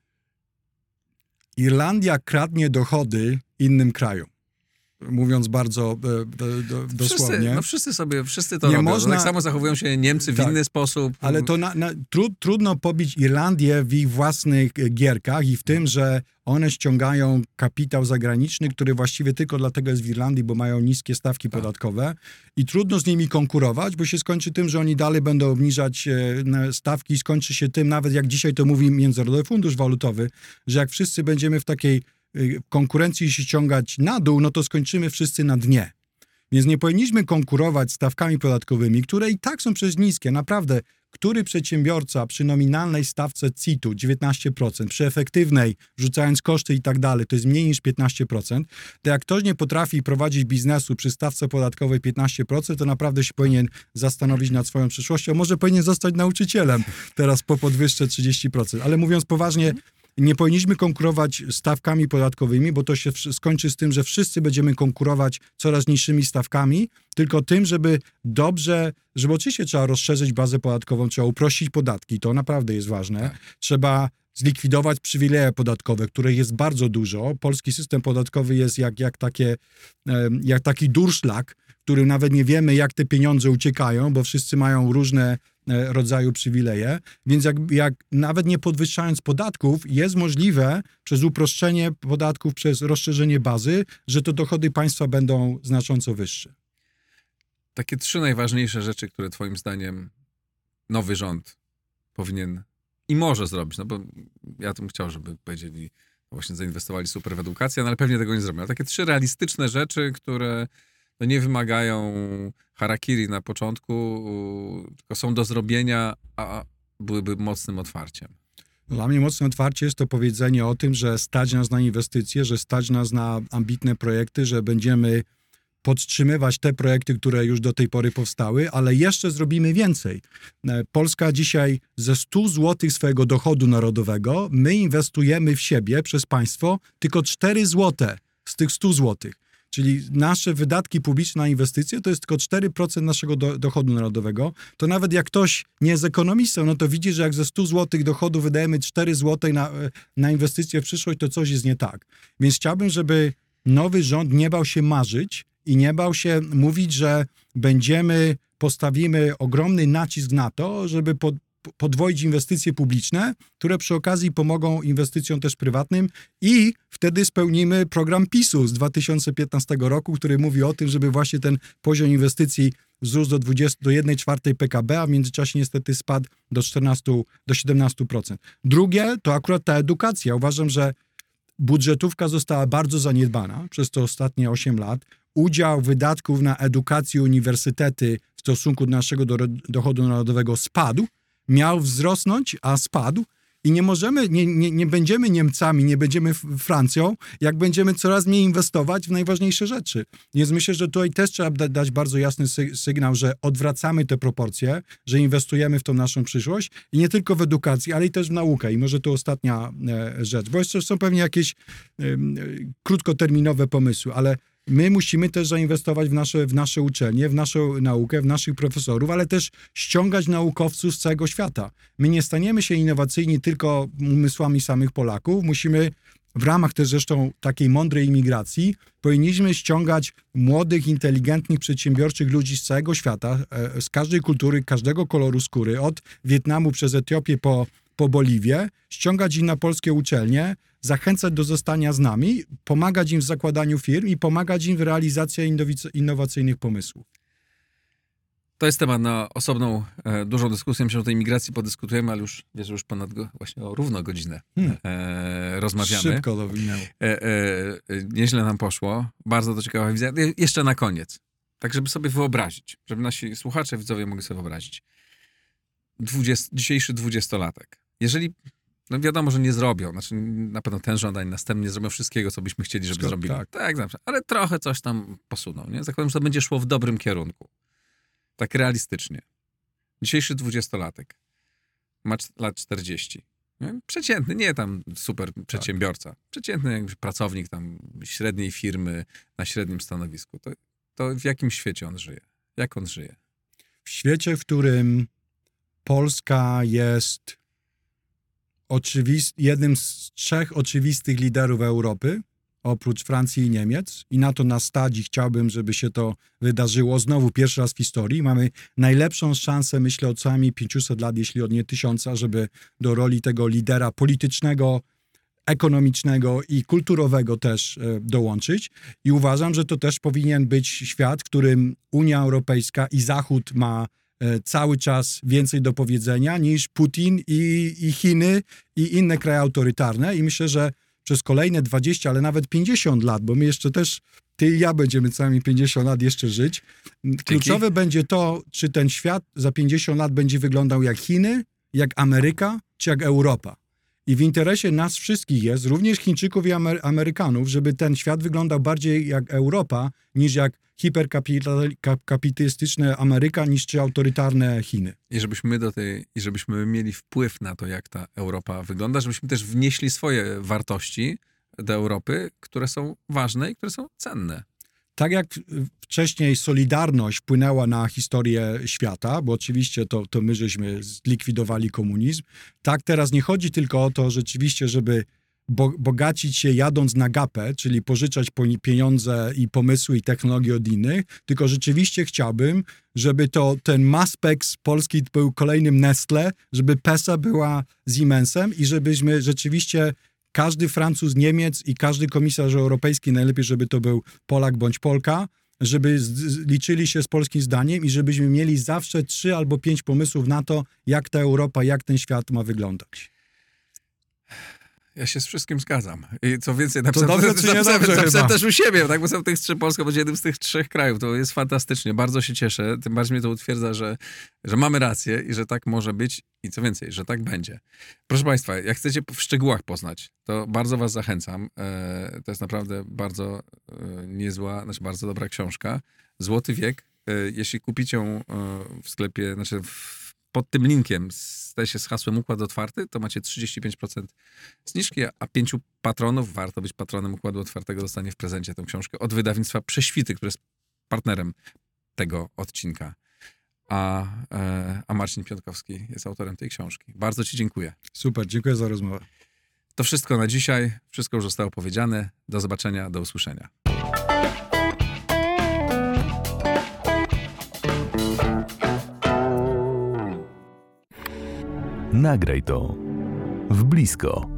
Irlandia kradnie dochody innym krajom. Mówiąc bardzo dosłownie. Wszyscy to robią. Tak samo zachowują się Niemcy w inny sposób. Ale to trudno pobić Irlandię w ich własnych gierkach i w tym, że one ściągają kapitał zagraniczny, który właściwie tylko dlatego jest w Irlandii, bo mają niskie stawki podatkowe i trudno z nimi konkurować, bo się skończy tym, że oni dalej będą obniżać stawki i skończy się tym, nawet jak dzisiaj to mówi Międzynarodowy Fundusz Walutowy, że jak wszyscy będziemy w takiej konkurencji się ściągać na dół, no to skończymy wszyscy na dnie. Więc nie powinniśmy konkurować stawkami podatkowymi, które i tak są przecież niskie. Naprawdę, który przedsiębiorca przy nominalnej stawce CIT-u 19%, przy efektywnej, wrzucając koszty i tak dalej, to jest mniej niż 15%, to jak ktoś nie potrafi prowadzić biznesu przy stawce podatkowej 15%, to naprawdę się powinien zastanowić nad swoją przyszłością. Może powinien zostać nauczycielem teraz po podwyżce 30%. Ale mówiąc poważnie, nie powinniśmy konkurować stawkami podatkowymi, bo to się skończy z tym, że wszyscy będziemy konkurować coraz niższymi stawkami, tylko tym, żeby oczywiście trzeba rozszerzyć bazę podatkową, trzeba uprościć podatki, to naprawdę jest ważne. Tak. Trzeba zlikwidować przywileje podatkowe, których jest bardzo dużo. Polski system podatkowy jest jak taki durszlak, w którym nawet nie wiemy, jak te pieniądze uciekają, bo wszyscy mają różne rodzaju przywileje, więc jak nawet nie podwyższając podatków, jest możliwe przez uproszczenie podatków, przez rozszerzenie bazy, że to dochody państwa będą znacząco wyższe. Takie 3 najważniejsze rzeczy, które twoim zdaniem nowy rząd powinien i może zrobić, no bo ja bym chciał, żeby powiedzieli, właśnie zainwestowali super w edukację, no ale pewnie tego nie zrobią. Ale takie 3 realistyczne rzeczy, które nie wymagają harakiri na początku, tylko są do zrobienia, a byłyby mocnym otwarciem. Dla mnie mocne otwarcie jest to powiedzenie o tym, że stać nas na inwestycje, że stać nas na ambitne projekty, że będziemy podtrzymywać te projekty, które już do tej pory powstały, ale jeszcze zrobimy więcej. Polska dzisiaj ze 100 zł swojego dochodu narodowego, my inwestujemy w siebie przez państwo tylko 4 zł z tych 100 zł. Czyli nasze wydatki publiczne na inwestycje to jest tylko 4% naszego dochodu narodowego. To nawet jak ktoś nie jest ekonomistą, no to widzi, że jak ze 100 zł dochodu wydajemy 4 zł na inwestycje w przyszłość, to coś jest nie tak. Więc chciałbym, żeby nowy rząd nie bał się marzyć i nie bał się mówić, że postawimy ogromny nacisk na to, żeby podwoić inwestycje publiczne, które przy okazji pomogą inwestycjom też prywatnym i wtedy spełnimy program PiS-u z 2015 roku, który mówi o tym, żeby właśnie ten poziom inwestycji wzrósł do 1/4 PKB, a w międzyczasie niestety spadł do 17%. Drugie to akurat ta edukacja. Uważam, że budżetówka została bardzo zaniedbana przez te ostatnie 8 lat. Udział wydatków na edukację i uniwersytety w stosunku do naszego dochodu narodowego spadł. Miał wzrosnąć, a spadł i nie będziemy Niemcami, nie będziemy Francją, jak będziemy coraz mniej inwestować w najważniejsze rzeczy. Więc myślę, że tutaj też trzeba dać bardzo jasny sygnał, że odwracamy te proporcje, że inwestujemy w tą naszą przyszłość i nie tylko w edukację, ale i też w naukę. I może to ostatnia rzecz, bo jeszcze są pewnie jakieś krótkoterminowe pomysły, ale my musimy też zainwestować w nasze uczelnie, w naszą naukę, w naszych profesorów, ale też ściągać naukowców z całego świata. My nie staniemy się innowacyjni tylko umysłami samych Polaków. Musimy w ramach też zresztą takiej mądrej imigracji powinniśmy ściągać młodych, inteligentnych, przedsiębiorczych ludzi z całego świata, z każdej kultury, każdego koloru skóry, od Wietnamu przez Etiopię po Boliwię, ściągać ich na polskie uczelnie, zachęcać do zostania z nami, pomagać im w zakładaniu firm i pomagać im w realizacji innowacyjnych pomysłów. To jest temat na osobną, dużą dyskusję. Myślę, że o tej migracji podyskutujemy, ale już, wiesz, już właśnie o równo godzinę rozmawiamy. Szybko to minęło. Nieźle nam poszło. Bardzo to ciekawa wizja. Jeszcze na koniec. Tak, żeby sobie wyobrazić, żeby nasi słuchacze, widzowie mogli sobie wyobrazić. Dzisiejszy 20-latek. Jeżeli, no wiadomo, że nie zrobią, znaczy na pewno ten rząd, ani następny nie zrobią wszystkiego, co byśmy chcieli, żeby zrobili. Tak, zawsze. Ale trochę coś tam posuną, nie? Zakładam, że to będzie szło w dobrym kierunku. Tak realistycznie. Dzisiejszy 20-latek ma lat 40. Nie? Przeciętny, nie tam super przedsiębiorca. Przeciętny jakby pracownik tam średniej firmy na średnim stanowisku. To w jakim świecie on żyje? Jak on żyje? W świecie, w którym Polska jest jednym z 3 oczywistych liderów Europy, oprócz Francji i Niemiec, i na to nastadzi chciałbym, żeby się to wydarzyło znowu pierwszy raz w historii. Mamy najlepszą szansę, myślę, od co najmniej 500 lat, jeśli od nie 1000, żeby do roli tego lidera politycznego, ekonomicznego i kulturowego też dołączyć. I uważam, że to też powinien być świat, w którym Unia Europejska i Zachód ma cały czas więcej do powiedzenia niż Putin i Chiny i inne kraje autorytarne. I myślę, że przez kolejne 20, ale nawet 50 lat, bo my jeszcze też, ty i ja będziemy całe 50 lat jeszcze żyć. Kluczowe będzie to, czy ten świat za 50 lat będzie wyglądał jak Chiny, jak Ameryka, czy jak Europa. I w interesie nas wszystkich jest, również Chińczyków i Amerykanów, żeby ten świat wyglądał bardziej jak Europa, niż jak hiperkapitalistyczna Ameryka, niż czy autorytarne Chiny. I żebyśmy mieli wpływ na to, jak ta Europa wygląda, żebyśmy też wnieśli swoje wartości do Europy, które są ważne i które są cenne. Tak jak wcześniej Solidarność wpłynęła na historię świata, bo oczywiście to my żeśmy zlikwidowali komunizm, tak teraz nie chodzi tylko o to rzeczywiście, żeby bogacić się jadąc na gapę, czyli pożyczać pieniądze i pomysły i technologie od innych, tylko rzeczywiście chciałbym, żeby ten Maspex polski był kolejnym Nestle, żeby PESA była Siemensem i żebyśmy rzeczywiście każdy Francuz, Niemiec i każdy komisarz europejski, najlepiej, żeby to był Polak bądź Polka, żeby liczyli się z polskim zdaniem i żebyśmy mieli zawsze 3 albo 5 pomysłów na to, jak ta Europa, jak ten świat ma wyglądać. Ja się z wszystkim zgadzam. I co więcej, napisałem też u siebie, tak? Bo są tych 3, Polska będzie jednym z tych 3 krajów. To jest fantastycznie. Bardzo się cieszę. Tym bardziej mnie to utwierdza, że mamy rację i że tak może być. I co więcej, że tak będzie. Proszę Państwa, jak chcecie w szczegółach poznać, to bardzo Was zachęcam. To jest naprawdę bardzo niezła, bardzo dobra książka. Złoty wiek. Jeśli kupicie ją w sklepie, pod tym linkiem staje się z hasłem Układ Otwarty, to macie 35% zniżki, a 5 patronów, warto być patronem Układu Otwartego, dostanie w prezencie tę książkę od wydawnictwa Prześwity, które jest partnerem tego odcinka. A Marcin Piątkowski jest autorem tej książki. Bardzo Ci dziękuję. Super, dziękuję za rozmowę. To wszystko na dzisiaj. Wszystko już zostało powiedziane. Do zobaczenia, do usłyszenia. Nagraj to w blisko.